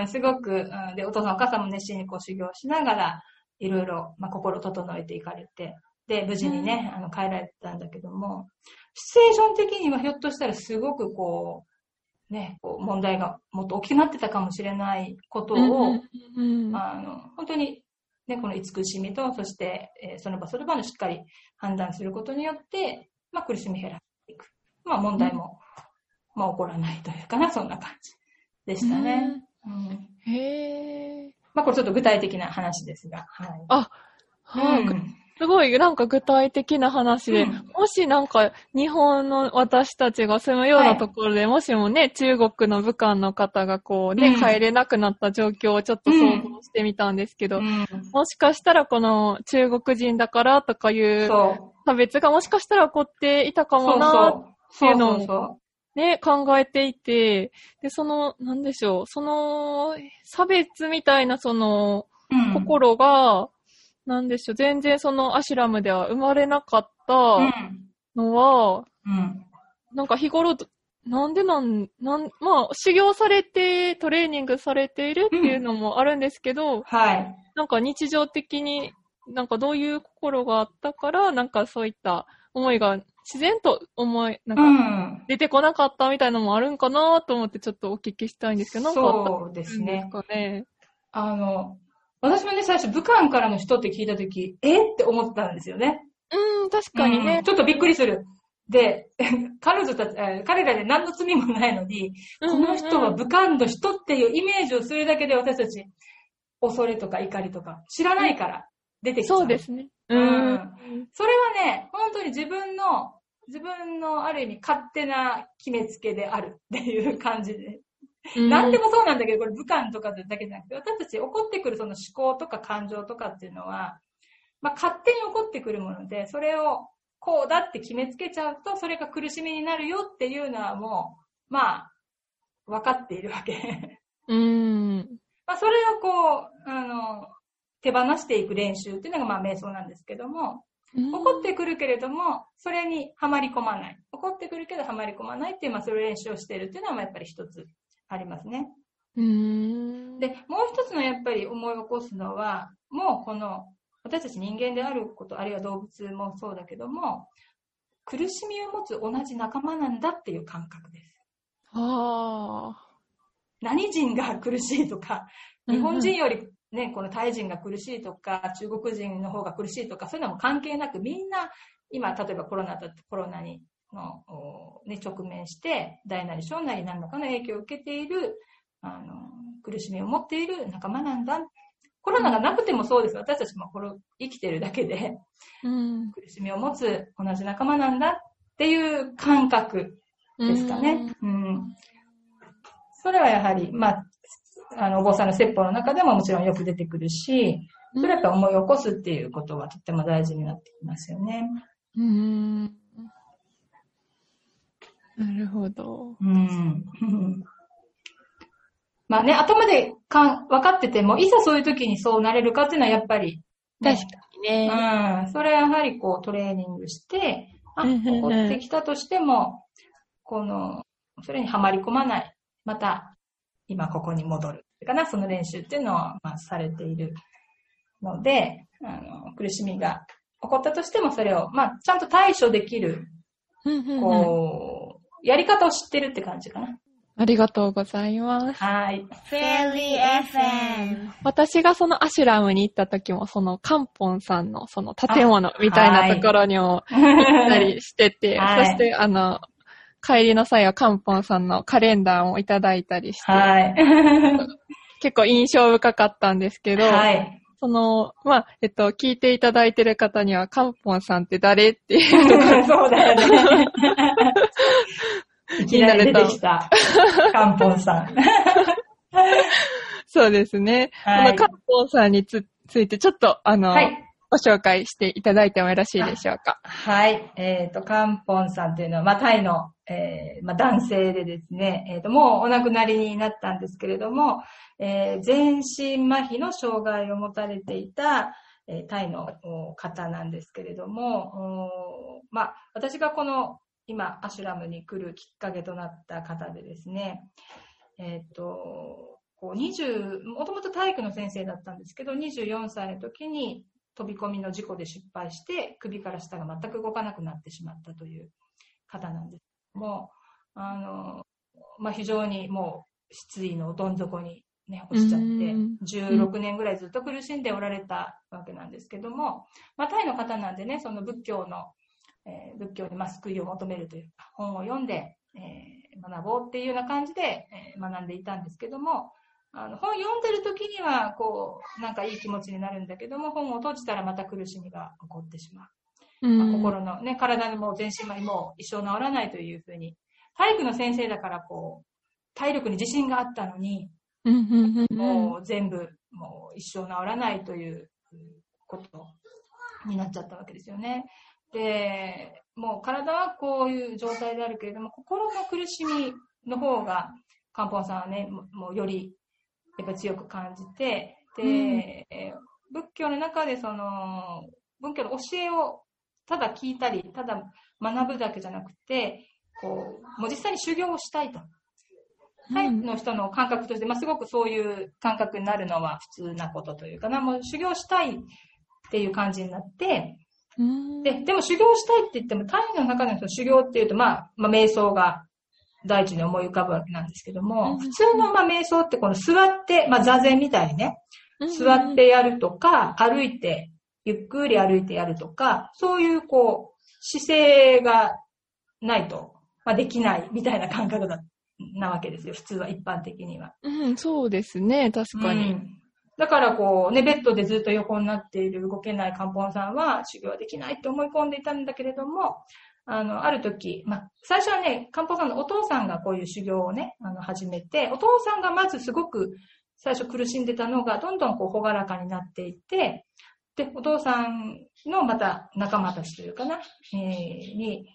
すごく、で、お父さんお母さんも熱心に修行しながら、いろいろ、心整えていかれて、で、無事にね、帰られたんだけども、シチュエーション的にはひょっとしたらすごく問題がもっと大きくなってたかもしれないことを、本当に、ね、この慈しみと、そして、その場その場のしっかり判断することによって、苦しみ減らしていく。問題も、起こらないというかな、そんな感じでしたね。
へー。
これちょっと具体的な話ですが。
はい。すごい具体的な話で、もし日本の私たちが住むようなところで、もしもね、中国の武漢の方が帰れなくなった状況をちょっと想像してみたんですけど、もしかしたらこの中国人だからとかいう差別がもしかしたら起こっていたかもなっていうのをね、考えていて、で、なんでしょう、差別みたいな心が、なんでしょう、全然アシュラムでは生まれなかったのは、日頃、修行されて、トレーニングされているっていうのもあるんですけど、日常的に、どういう心があったから、そういった思いが自然と出てこなかったみたいなのもあるんかなと思ってちょっとお聞きしたいんですけど、
そうですね。私もね、最初武漢からの人って聞いたとき、って思ったんですよね。
確かにね。
ちょっとびっくりする。で、彼らで何の罪もないのに、この人は武漢の人っていうイメージをするだけで私たち、恐れとか怒りとか知らないから出てきちゃう。
そうですね。
それはね、本当に自分のある意味勝手な決めつけであるっていう感じで。何でもそうなんだけど、これ武漢とかだけじゃなくて、私たち起こってくるその思考とか感情とかっていうのは、勝手に起こってくるもので、それをこうだって決めつけちゃうと、それが苦しみになるよっていうのはもう、分かっているわけ。それを手放していく練習っていうのが瞑想なんですけども、起こってくるけれども、それにはまり込まない。起こってくるけどはまり込まないっていう、それを練習をしているっていうのはやっぱり一つありますね。で、もう一つのやっぱり思い起こすのは、もうこの、 私たち人間であること、あるいは動物もそうだけども、苦しみを持つ同じ仲間なんだっていう感覚です。何人が苦しいとか、日本人よりね、このタイ人が苦しいとか、中国人の方が苦しいとか、そういうのも関係なく、みんな、今、例えばコロナにね、直面して、大なり小なり何らかの影響を受けている、苦しみを持っている仲間なんだ。コロナがなくてもそうです。私たちも生きてるだけで、苦しみを持つ同じ仲間なんだっていう感覚ですかね。それはやはり、お坊さんの説法の中でももちろんよく出てくるし、それはやっぱ思い起こすっていうことはとっても大事になってきますよね。
なるほど。
まあね、頭で分かってても、いざそういう時にそうなれるかっていうのはやっぱり、
ね、確かにね。
それはやはりトレーニングして、起こってきたとしても、それにはまり込まない。また、今ここに戻る。その練習っていうのは、されているので、苦しみが起こったとしても、それを、ちゃんと対処できる、やり方を知ってるって感じかな。
ありがとうございます。
はい。
フェリー FM。
私がそのアシュラムに行った時も、そのカンポンさんのその建物みたいなところにも行ったりしてて、そして帰りの際はカンポンさんのカレンダーもいただいたりして、結構印象深かったんですけど、聞いていただいてる方には、カンポンさんって誰っていうところ
そうだよね。いきなり出てきた。カンポンさん。
そうですね。カンポンさんについてちょっと、ご紹介していただいてもよろしいでしょうか。
はい。カンポンさんというのは、タイの、男性でですね、もうお亡くなりになったんですけれども、全身麻痺の障害を持たれていた、タイの方なんですけれども、私が今、アシュラムに来るきっかけとなった方でですね、もともと体育の先生だったんですけど、24歳の時に飛び込みの事故で失敗して、首から下が全く動かなくなってしまったという方なんですけども、非常にもう失意のどん底にね、落ちちゃって、16年ぐらいずっと苦しんでおられたわけなんですけども、タイの方なんでね、その仏教で救いを求めるというか、本を読んで、学ぼうっていうような感じで、学んでいたんですけども、本読んでる時には、なんかいい気持ちになるんだけども、本を閉じたらまた苦しみが起こってしまう。心のね、体にも全身麻痺も一生治らないというふうに、体育の先生だから体力に自信があったのに、もう全部、もう一生治らないということになっちゃったわけですよね。で、もう体はこういう状態であるけれども、心の苦しみの方が、カンポンさんはね、もうよりやっぱり強く感じて、で、仏教の中で仏教の教えをただ聞いたり、ただ学ぶだけじゃなくて、もう実際に修行をしたいと。タイの人の感覚として、すごくそういう感覚になるのは普通なことというかな、もう修行したいっていう感じになって、でも修行したいって言っても、タイの中の修行っていうと、瞑想が第一に思い浮かぶわけなんですけども、普通の瞑想って座って、座禅みたいにね、座ってやるとか、ゆっくり歩いてやるとか、そういう姿勢がないと、できないみたいな感覚なわけですよ、普通は一般的には。
そうですね、確かに。
だからベッドでずっと横になっている動けないカンポンさんは修行はできないって思い込んでいたんだけれども、ある時、最初はね、カンポンさんのお父さんがこういう修行をね、始めて、お父さんがまずすごく最初苦しんでたのが、どんどん朗らかになっていって、で、お父さんのまた仲間たちというかな、に、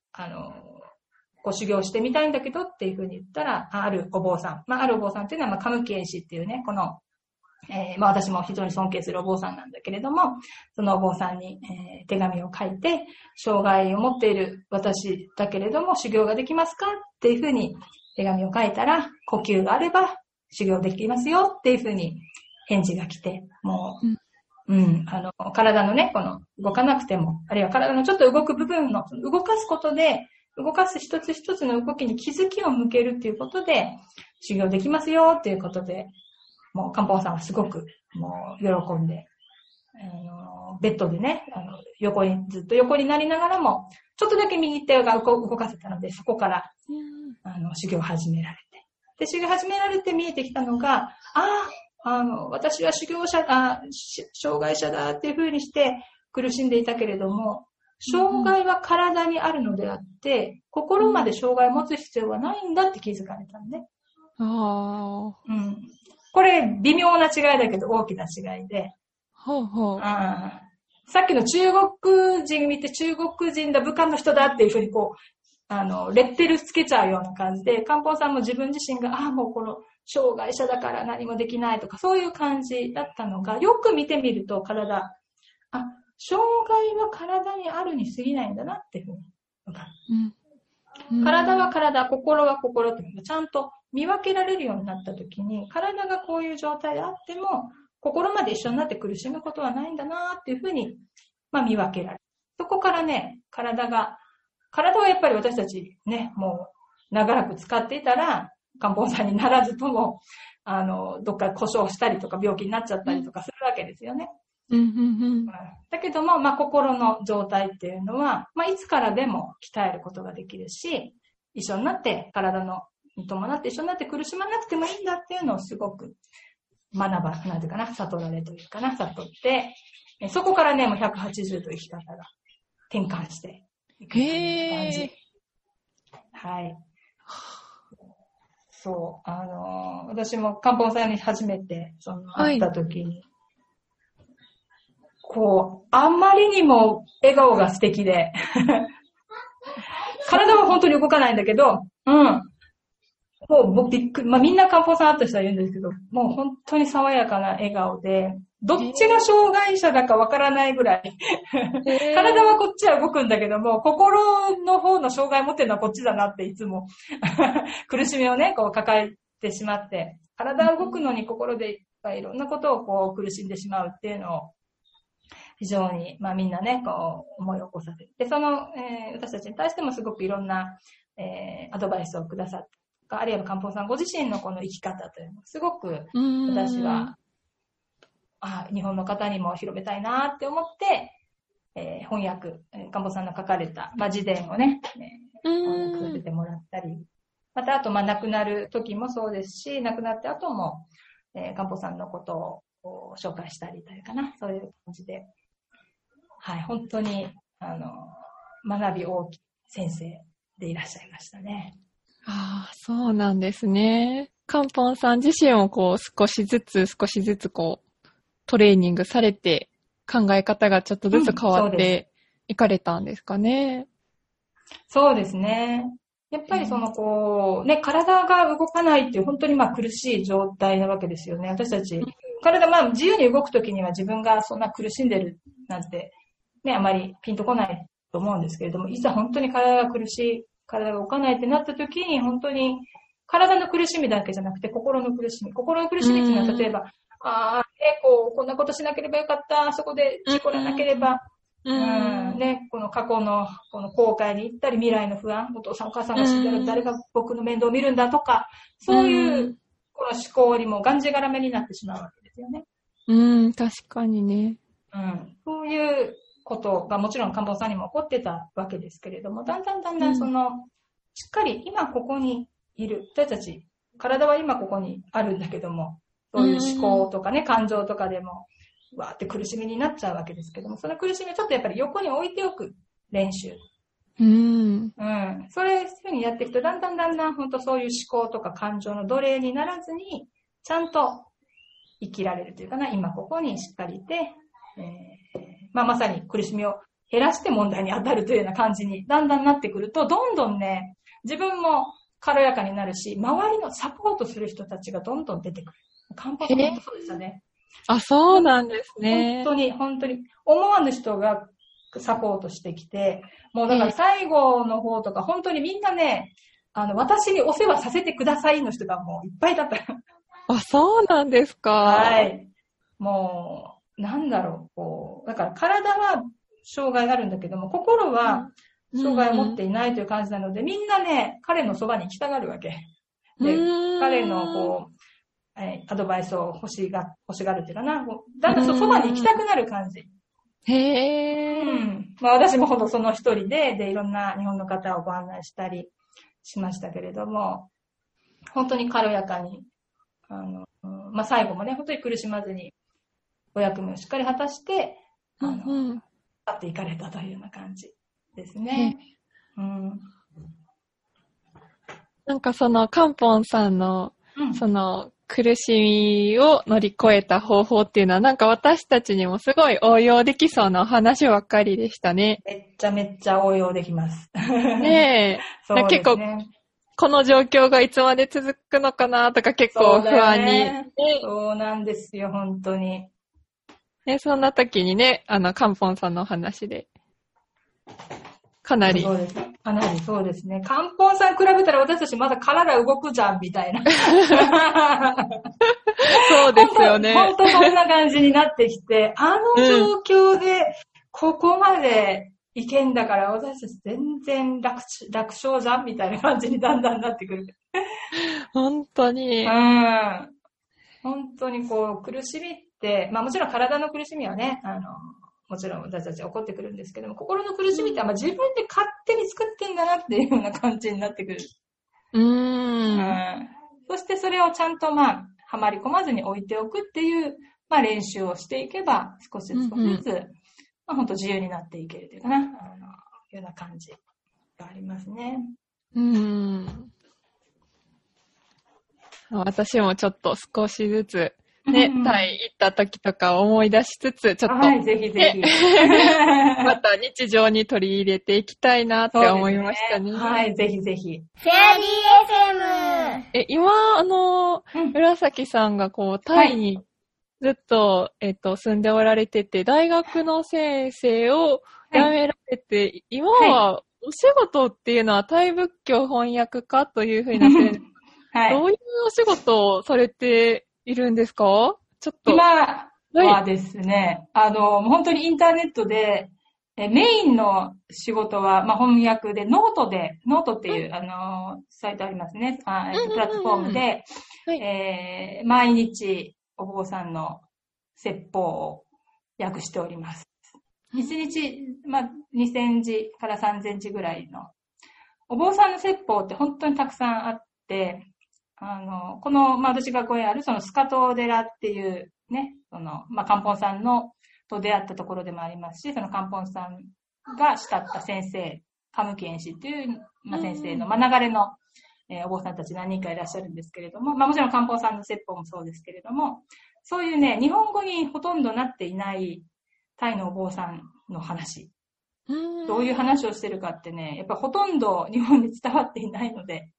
修行してみたいんだけどっていうふうに言ったら、あるお坊さん。あるお坊さんっていうのは、カムキエイ師っていうね、私も非常に尊敬するお坊さんなんだけれども、そのお坊さんに、手紙を書いて、障害を持っている私だけれども修行ができますかっていうふうに手紙を書いたら、呼吸があれば修行できますよっていうふうに返事が来て、もう、 体のね、この動かなくても、あるいは体のちょっと動く部分の、動かすことで、動かす一つ一つの動きに気づきを向けるっていうことで、修行できますよっていうことで、もう漢方さんはすごく、もう喜んで、ベッドでね、ずっと横になりながらも、ちょっとだけ右手が動かせたので、そこから、修行を始められて。で、修行を始められて見えてきたのが、私は障害者だっていう風にして苦しんでいたけれども、障害は体にあるのであって、心まで障害を持つ必要はないんだって気づかれたんね。これ、微妙な違いだけど大きな違いで。さっきの中国人見て中国人だ、武漢の人だっていう風にこう、レッテルつけちゃうような感じで、漢方さんも自分自身が、もうこの障害者だから何もできないとか、そういう感じだったのが、よく見てみると体、障害は体にあるに過ぎないんだなっていうふうに分かる。体は体、心は心っていうのがちゃんと見分けられるようになったときに、体がこういう状態であっても、心まで一緒になって苦しむことはないんだなっていうふうに、見分けられる。そこからね、体はやっぱり私たちね、もう長らく使っていたら、漢方さんにならずとも、どっか故障したりとか病気になっちゃったりとかするわけですよね。だけども、心の状態っていうのは、いつからでも鍛えることができるし、一緒になって体に伴って一緒になって苦しまなくてもいいんだっていうのをすごくなんていうかな、悟られというかな、悟って、そこからね、もう180度生き方が転換していく感じ。はい。そう、私も漢方さんに初めて、会った時に、あんまりにも笑顔が素敵で、体は本当に動かないんだけど、もうびっくり、みんな漢方さん会った人は言うんですけど、もう本当に爽やかな笑顔で、どっちが障害者だかわからないぐらい、体はこっちは動くんだけども、心の方の障害持ってるのはこっちだなっていつも苦しみをね、抱えてしまって、体は動くのに心でいろんなことを苦しんでしまうっていうのを、非常に、みんなね、思い起こさせて、私たちに対してもすごくいろんな、アドバイスをくださった。あるいは漢方さんご自身のこの生き方というのをすごく私は日本の方にも広めたいなって思って、翻訳、漢方さんの書かれた、自伝をね、翻訳させてもらったり、またあと亡くなる時もそうですし、亡くなって後も、漢方さんのことを紹介したりというかな、そういう感じで、本当に学び大きい先生でいらっしゃいましたね。
そうなんですね。漢方さん自身を少しずつトレーニングされて考え方がちょっとずつ変わっていかれたんですかね。
そうですね。やっぱり体が動かないっていう本当に苦しい状態なわけですよね。私たち、体自由に動くときには自分がそんな苦しんでるなんてね、あまりピンとこないと思うんですけれども、いざ本当に体が動かないってなった時に、本当に体の苦しみだけじゃなくて心の苦しみっていうのは、例えば、こんなことしなければよかった、そこで事故らなければ、この過去のこの後悔に行ったり、未来の不安、お父さんお母さんが死んだら誰が僕の面倒を見るんだとか、そういうこの思考にもがんじがらめになってしまうわけですよね。
確かにね。
そういうことがもちろん漢方さんにも起こってたわけですけれども、だんだんしっかり今ここにいる、私たち、体は今ここにあるんだけども、そういう思考とかね、感情とかでも、わーって苦しみになっちゃうわけですけども、その苦しみをちょっとやっぱり横に置いておく練習。そういうふうにやっていくと、だんだん本当そういう思考とか感情の奴隷にならずに、ちゃんと生きられるというかな、今ここにしっかりいて、まさに苦しみを減らして問題に当たるというような感じにだんだんなってくると、どんどんね、自分も軽やかになるし、周りのサポートする人たちがどんどん出てくる。漢方さんもそうでしたね。
そうなんですね。
本当に、思わぬ人がサポートしてきて、もうだから最後の方とか、本当にみんなね、私にお世話させてくださいの人がもういっぱいだった。
そうなんですか。
はい。もなんだろう、こう、だから体は障害があるんだけども、心は障害を持っていないという感じなので、みんなね、彼のそばに行きたがるわけ。で、彼のこう、アドバイスを欲しがるっていうかな、だんだんそばに行きたくなる感じ。
へー。
まあ私もほんとその一人で、いろんな日本の方をご案内したりしましたけれども、本当に軽やかに、まあ最後もね、本当に苦しまずに、お役目をしっかり果たして、去っていかれたというような感じですね。
なんかその、カンポンさんの、その、苦しみを乗り越えた方法っていうのは、なんか私たちにもすごい応用できそうなお話ばっかりでしたね。
めっちゃ応用できます。
ねえ。
そうですね。
結構、この状況がいつまで続くのかなとか結構不安に。
そうなんですよ、本当に。
ね、そんな時にね、カンポンさんのお話で。かなり。
そうです。かなりそうですね。カンポンさん比べたら私たちまだ体動くじゃん、みたいな。
そうですよね。
本当そんな感じになってきて、状況でここまでいけんだから私たち全然楽勝じゃん、みたいな感じにだんだんなってくる。
本当に。
本当にこう、苦しみって、まあもちろん体の苦しみはね、もちろん私たちは起こってくるんですけども、心の苦しみって自分で勝手に作ってんだなっていうような感じになってくる。そしてそれをちゃんとはまり込まずに置いておくっていう、練習をしていけば、少しずつ、本当自由になっていけるというかな、いうような感じがありますね。
私もちょっと少しずつ、ね、タイ行った時とか思い出しつつ、ちょっと、
はい、ぜひぜひ。
また日常に取り入れていきたいなって思いましたね。
はい、ぜひぜひ。
フェアリー FM。
今、紫さんがこう、タイにずっと、住んでおられてて、大学の先生を辞められて、今はお仕事っていうのはタイ仏教翻訳家というふうになってるんですか？どういうお仕事をされているんですか？ちょっと。
今はですね、本当にインターネットで、メインの仕事は、翻訳で、ノートっていう、サイトありますね。プラットフォームで、毎日、お坊さんの説法を訳しております。1日、2000字から3000字ぐらいの。お坊さんの説法って本当にたくさんあって、この、私がここにある、そのスカト寺っていうね、カンポンさんと出会ったところでもありますし、そのカンポンさんが慕った先生、カムキエン氏っていう、先生の、流れの、お坊さんたち何人かいらっしゃるんですけれども、もちろんカンポンさんの説法もそうですけれども、そういうね、日本語にほとんどなっていないタイのお坊さんの話。どういう話をしてるかってね、やっぱほとんど日本に伝わっていないので、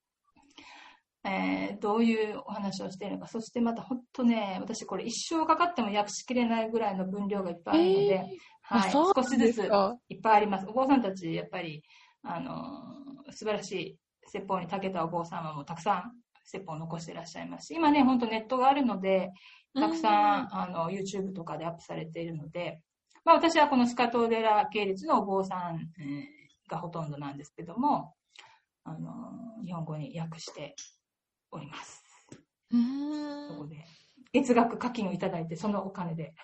どういうお話をしているのか。そしてまたほんとね、私これ一生かかっても訳しきれないぐらいの分量がいっぱいあるので、少しずついっぱいあります。お坊さんたち、やっぱり、素晴らしい説法に長けたお坊さんはもうたくさん説法を残していらっしゃいますし、今ね、ほんとネットがあるので、たくさん、YouTube とかでアップされているので、私はこのスカト寺系列のお坊さん、がほとんどなんですけども、日本語に訳しております。そこで月額課金をいただいて、そのお金で。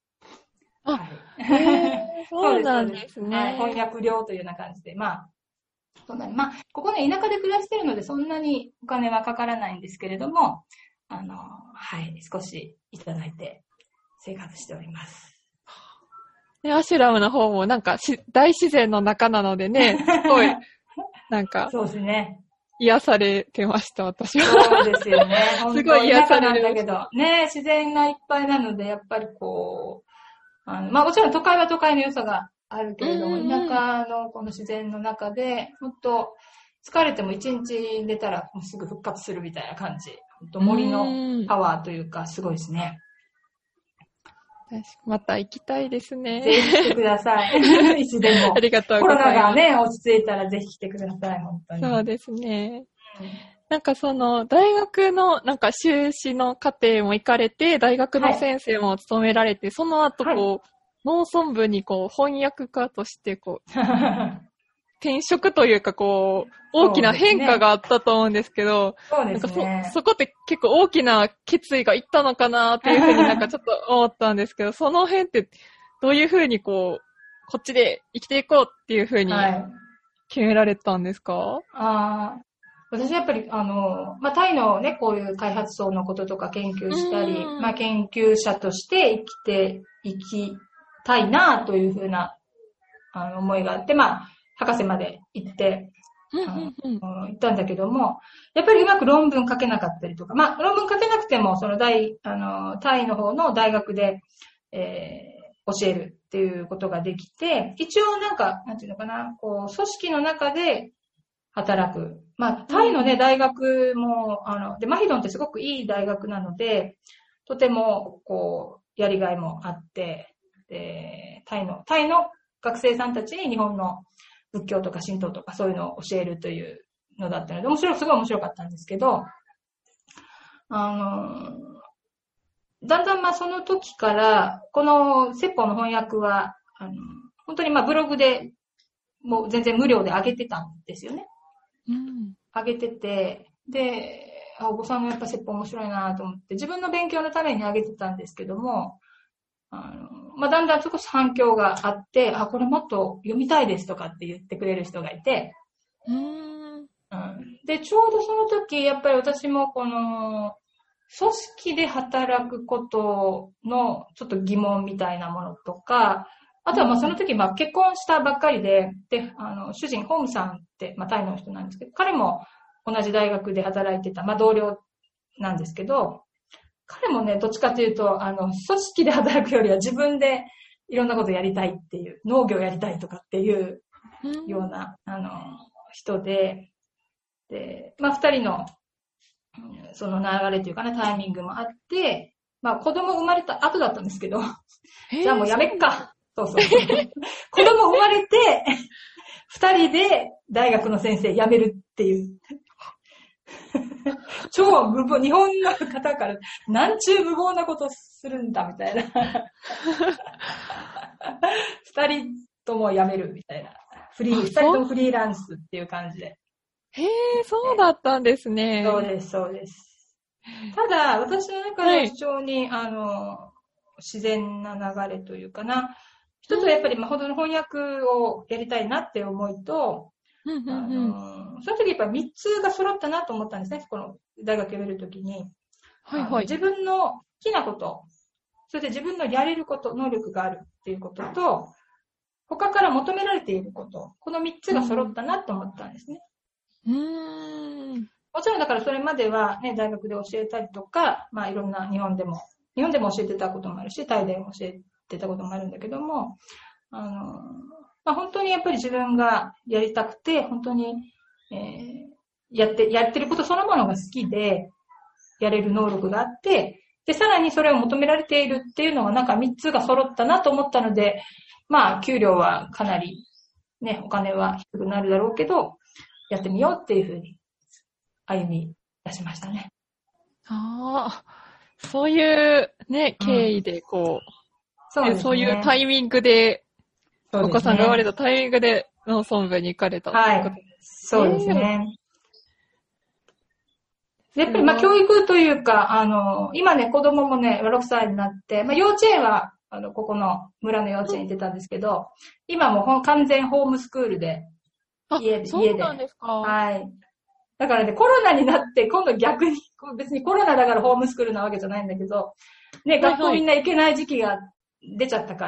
そうなんですね。
翻訳料というような感じで、そんなに、ここね、田舎で暮らしてるので、そんなにお金はかからないんですけれども、少しいただいて生活しております。
で、アシュラムの方もなんか大自然の中なのでね、すごい、なんか、
そうですね。
癒されてました、私は。
そうですよね。
すごい癒される。
なんだけど、ね、自然がいっぱいなので、やっぱりこう、もちろん都会は都会の良さがあるけれども、田舎のこの自然の中で、ほんと、疲れても一日寝たらもうすぐ復活するみたいな感じ。森のパワーというか、すごいですね。
また行きたいですね。
ぜひ来てください。いつでも。
ありがとうございます。
コロナがね、落ち着いたらぜひ来てください、本当に。
そうですね。 なんかその、大学の、なんか修士の課程も行かれて、大学の先生も務められて、はい、その後こう、はい、農村部にこう、翻訳家としてこう、転職というかこう、大きな変化があったと思うんですけど、
そうですね。
なんかそこって結構大きな決意がいったのかなっていうふうになんかちょっと思ったんですけど、その辺ってどういうふうにこう、こっちで生きていこうっていうふうに決められたんですか？
はい、私やっぱりタイのね、こういう開発層のこととか研究したり、研究者として生きたいなというふうな思いがあって、博士まで行って、行ったんだけども、やっぱりうまく論文書けなかったりとか、論文書けなくても、そのタイの方の大学で、教えるっていうことができて、一応なんていうのかな、こう、組織の中で働く。タイのね、大学も、で、マヒドンってすごくいい大学なので、とても、こう、やりがいもあって、で、タイの学生さんたちに日本の仏教とか神道とかそういうのを教えるというのだったので、すごい面白かったんですけど、だんだんその時から、この説法の翻訳は、本当にブログでもう全然無料で上げてたんですよね。上げてて、で、お子さんのやっぱ説法面白いなと思って、自分の勉強のために上げてたんですけども、だんだん少し反響があって、これもっと読みたいですとかって言ってくれる人がいて、で、ちょうどその時、やっぱり私もこの、組織で働くことのちょっと疑問みたいなものとか、あとはその時結婚したばっかりで、主人、ホームさんって、タイの人なんですけど、彼も同じ大学で働いてた、同僚なんですけど、彼もね、どっちかというと、組織で働くよりは自分でいろんなことやりたいっていう、農業やりたいとかっていうような、人で、二人の、その流れというかね、タイミングもあって、子供生まれた後だったんですけど、じゃあもうやめっか。そう。子供生まれて、二人で大学の先生辞めるっていう。超無謀、日本の方から、なんちゅう無謀なことするんだ、みたいな。二人とも辞める、みたいな。二人ともフリーランスっていう感じで。
へえ、そうだったんですね。
そうです。ただ、私の中で非常に、自然な流れというかな。一つはやっぱり、本当の翻訳をやりたいなって思いと、その時やっぱ3つが揃ったなと思ったんですね。この大学辞めるときに、自分の好きなこと、それで自分のやれること、能力があるっていうことと、他から求められていること、この3つが揃ったなと思ったんですね。もちろんだからそれまではね、大学で教えたりとか、いろんな日本でも教えてたこともあるし、タイでも教えてたこともあるんだけども、本当にやっぱり自分がやりたくて、本当に、やってることそのものが好きで、やれる能力があって、で、さらにそれを求められているっていうのが3つが揃ったなと思ったので、給料はかなり、ね、お金は低くなるだろうけど、やってみようっていうふうに歩み出しましたね。
そういうね、経緯でそういうタイミングで、お子さんが生まれたタイミングで農村部に行かれたということです。
そうですね。やっぱり教育というか、今ね、子供もね、6歳になって、幼稚園は、ここの村の幼稚園に行ってたんですけど、今も完全ホームスクールで、家で。
そうなんですか。
はい。だからね、コロナになって、今度逆に、別にコロナだからホームスクールなわけじゃないんだけど、ね、学校みんな行けない時期が出ちゃったから、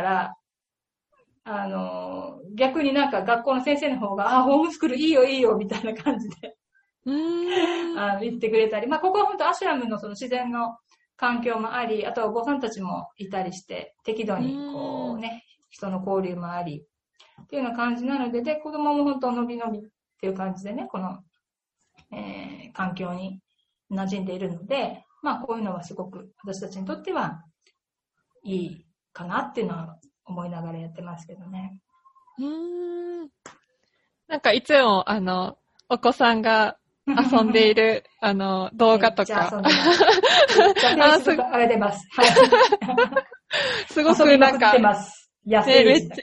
逆に学校の先生の方が、ホームスクールいいよ、みたいな感じで、言ってくれたり、ここは本当アシュラムのその自然の環境もあり、あとはお坊さんたちもいたりして、適度に人の交流もあり、っていうような感じなので、で、子供も本当のびのびっていう感じでね、この、環境に馴染んでいるので、こういうのはすごく私たちにとってはいいかなっていうのは思いながらやってますけどね。
いつもお子さんが遊んでいる、動画とか。
めっちゃ遊んでます。めっちゃFacebook上げてます。はい。
すごくなんか。
遊びまくってます。野生児。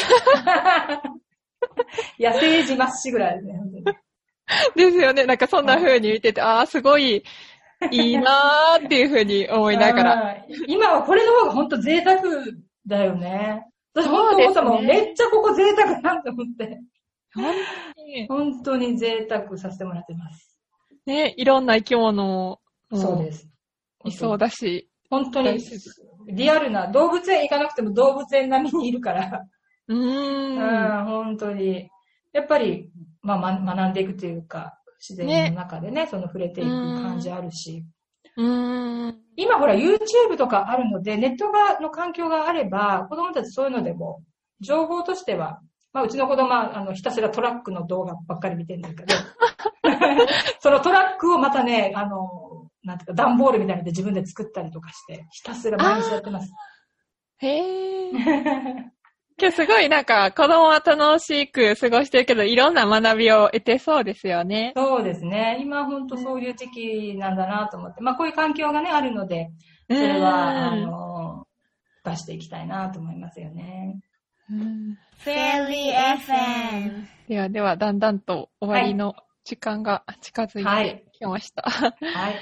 野生児まっしぐらいですね、本当に。
ですよね。なんかそんな風に見てて、すごいいいなーっていう風に思いながら。
今はこれの方が本当贅沢だよね。私本当思ったもん、めっちゃここ贅沢だと思って。本当に贅沢させてもらってます。
ね、いろんな生き物も。
そうです。
いそうだし。
本当にリアルな動物園行かなくても動物園並みにいるから。本当に。やっぱり、学んでいくというか、自然の中でね、その触れていく感じあるし。今ほら YouTube とかあるので、ネットの環境があれば、子供たちそういうのでも、情報としては、うちの子供はひたすらトラックの動画ばっかり見てるんだけど、そのトラックをまたね、なんていうか、段ボールみたいなので自分で作ったりとかして、ひたすら毎日やってます。
へー。今日すごいなんか子供は楽しく過ごしてるけど、いろんな学びを得てそうですよね。
そうですね。今ほんとそういう時期なんだなと思って。こういう環境がね、あるので、それは、出していきたいなと思いますよね。
フェリー FM。
では、だんだんと終わりの時間が近づいてきました。はい。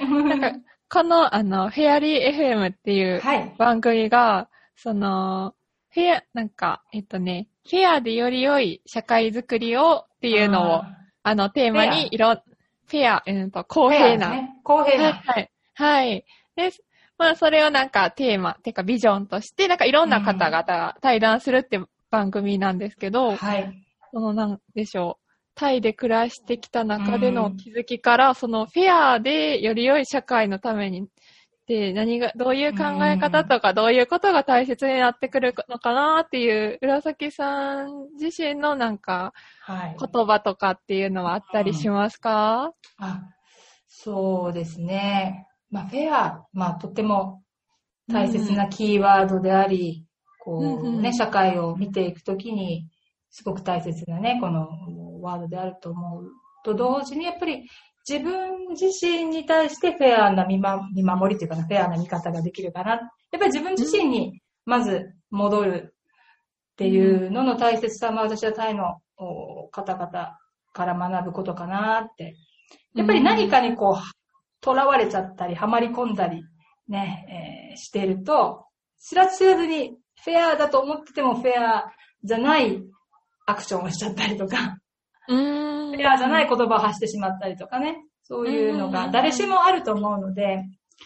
なんかこの、フェアリー FM っていう番組が、なんか、フェアでより良い社会づくりをっていうのを、テーマに、フェア、公平な。
公平な。
はい。はい。で、それをなんかテーマ、てかビジョンとして、なんかいろんな方々が対談するって番組なんですけど、
はい。
なんでしょう。タイで暮らしてきた中での気づきから、そのフェアでより良い社会のために、で、どういう考え方とか、どういうことが大切になってくるのかなっていう、浦崎さん自身のなんか、言葉とかっていうのはあったりしますか？
そうですね。フェア、とても大切なキーワードであり、社会を見ていくときに、すごく大切なね、このワードであると思うと同時に、やっぱり自分自身に対してフェアな見守りというかな、フェアな見方ができるかな。やっぱり自分自身にまず戻るっていうのの大切さは、私はタイの方々から学ぶことかなって。やっぱり何かに囚われちゃったり、はまり込んだりね、していると、知らずにフェアだと思っててもフェアじゃないアクションをしちゃったりとか、フェアじゃない言葉を発してしまったりとかね、そういうのが誰しもあると思うので、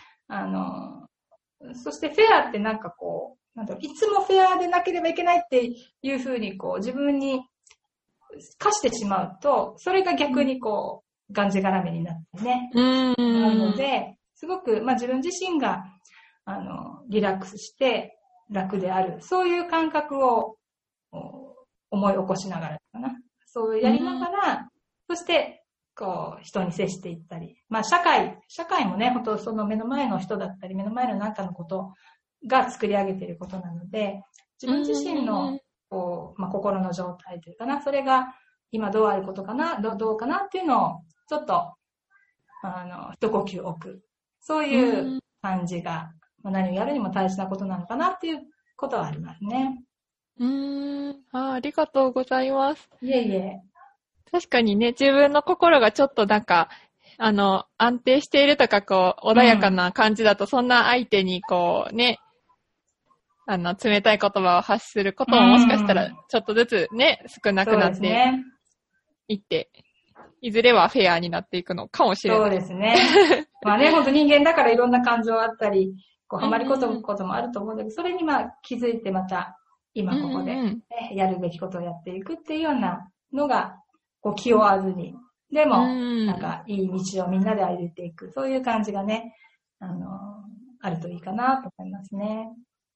そしてフェアってなんかいつもフェアでなければいけないっていうふうに自分に課してしまうと、それが逆にがんじがらめになってね、なので、すごく自分自身がリラックスして楽である、そういう感覚を思い起こしながらかな。そうやりながら、そして、人に接していったり。社会もね、本当その目の前の人だったり、目の前の何かのことが作り上げていることなので、自分自身の、心の状態というかな、それが今どうあることかな、どうかなっていうのを、ちょっと、一呼吸置く。そういう感じが、何をやるにも大事なことなのかなっていうことはありますね。
ありがとうございます。
いえいえ。
確かにね、自分の心がちょっとなんか、安定しているとか、穏やかな感じだと、そんな相手にね、冷たい言葉を発することももしかしたら、ちょっとずつね、少なくなっていって、いずれはフェアになっていくのかもしれない。
そうですね。本当人間だからいろんな感情あったり、はまりこともあると思うんだけど、それに気づいてまた、今ここで、やるべきことをやっていくっていうようなのが、気負わずに、でも、なんかいい道をみんなで歩いていく、そういう感じがね、あるといいかなと思いますね。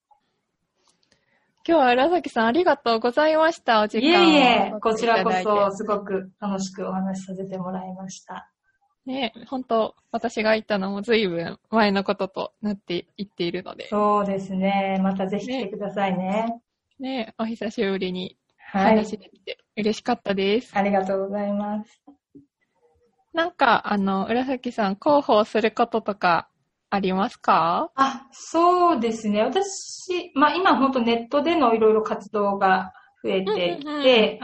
今日は浦崎さんありがとうございました。お時間を。
いえ、こちらこそすごく楽しくお話しさせてもらいました。
ね、本当私が言ったのも随分前のこととなっていっているので。
そうですね。またぜひ来てくださいね。
ね、お久しぶりに話できて嬉しかったです。
ありがとうございます。
なんか、浦崎さん、広報することとかありますか？
そうですね。私、今本当ネットでのいろいろ活動が増えてきて、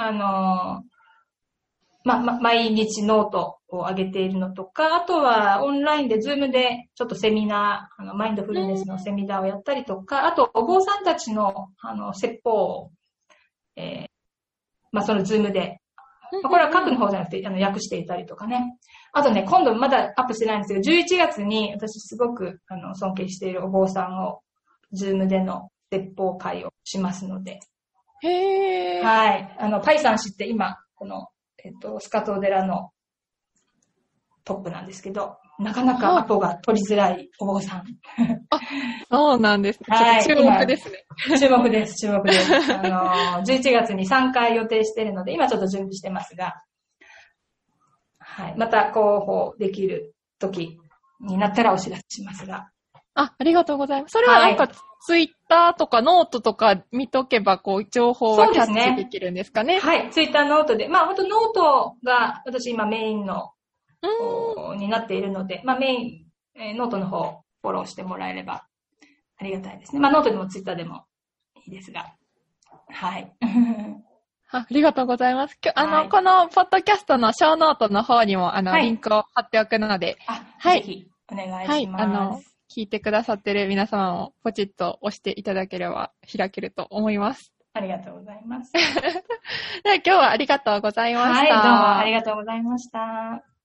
毎日ノートを上げているのとか、あとはオンラインでズームでちょっとセミナー、マインドフルネスのセミナーをやったりとか、あとお坊さんたちの説法を、そのズームで、これは書くの方じゃなくて訳していたりとかね。あとね、今度まだアップしてないんですけど、11月に私すごく尊敬しているお坊さんをズームでの説法会をしますので。
へー。
はい。パイさん知って今、このスカト寺のトップなんですけど、なかなかアポが取りづらいお坊さん。
そうなんですね。はい。注目ですね。
注目です。11月に3回予定しているので、今ちょっと準備してますが、はい。また広報できる時になったらお知らせしますが。
ありがとうございます。それはなんか、ツイッターとかノートとか見とけば、情報はキャッチできるんですかね。
はい。ツイッターノートで。本当ノートが私今メインの、になっているので、メイン、ノートの方フォローしてもらえればありがたいですね。ノートでもツイッターでもいいですが。はい。
ありがとうございます。このポッドキャストのショーノートの方にも、リンクを貼っておくので、
ぜひお願いします。
聞いてくださってる皆様もポチッと押していただければ開けると思います。
ありがとうございます。
では今日はありがとうございました。
はい、どうもありがとうございました。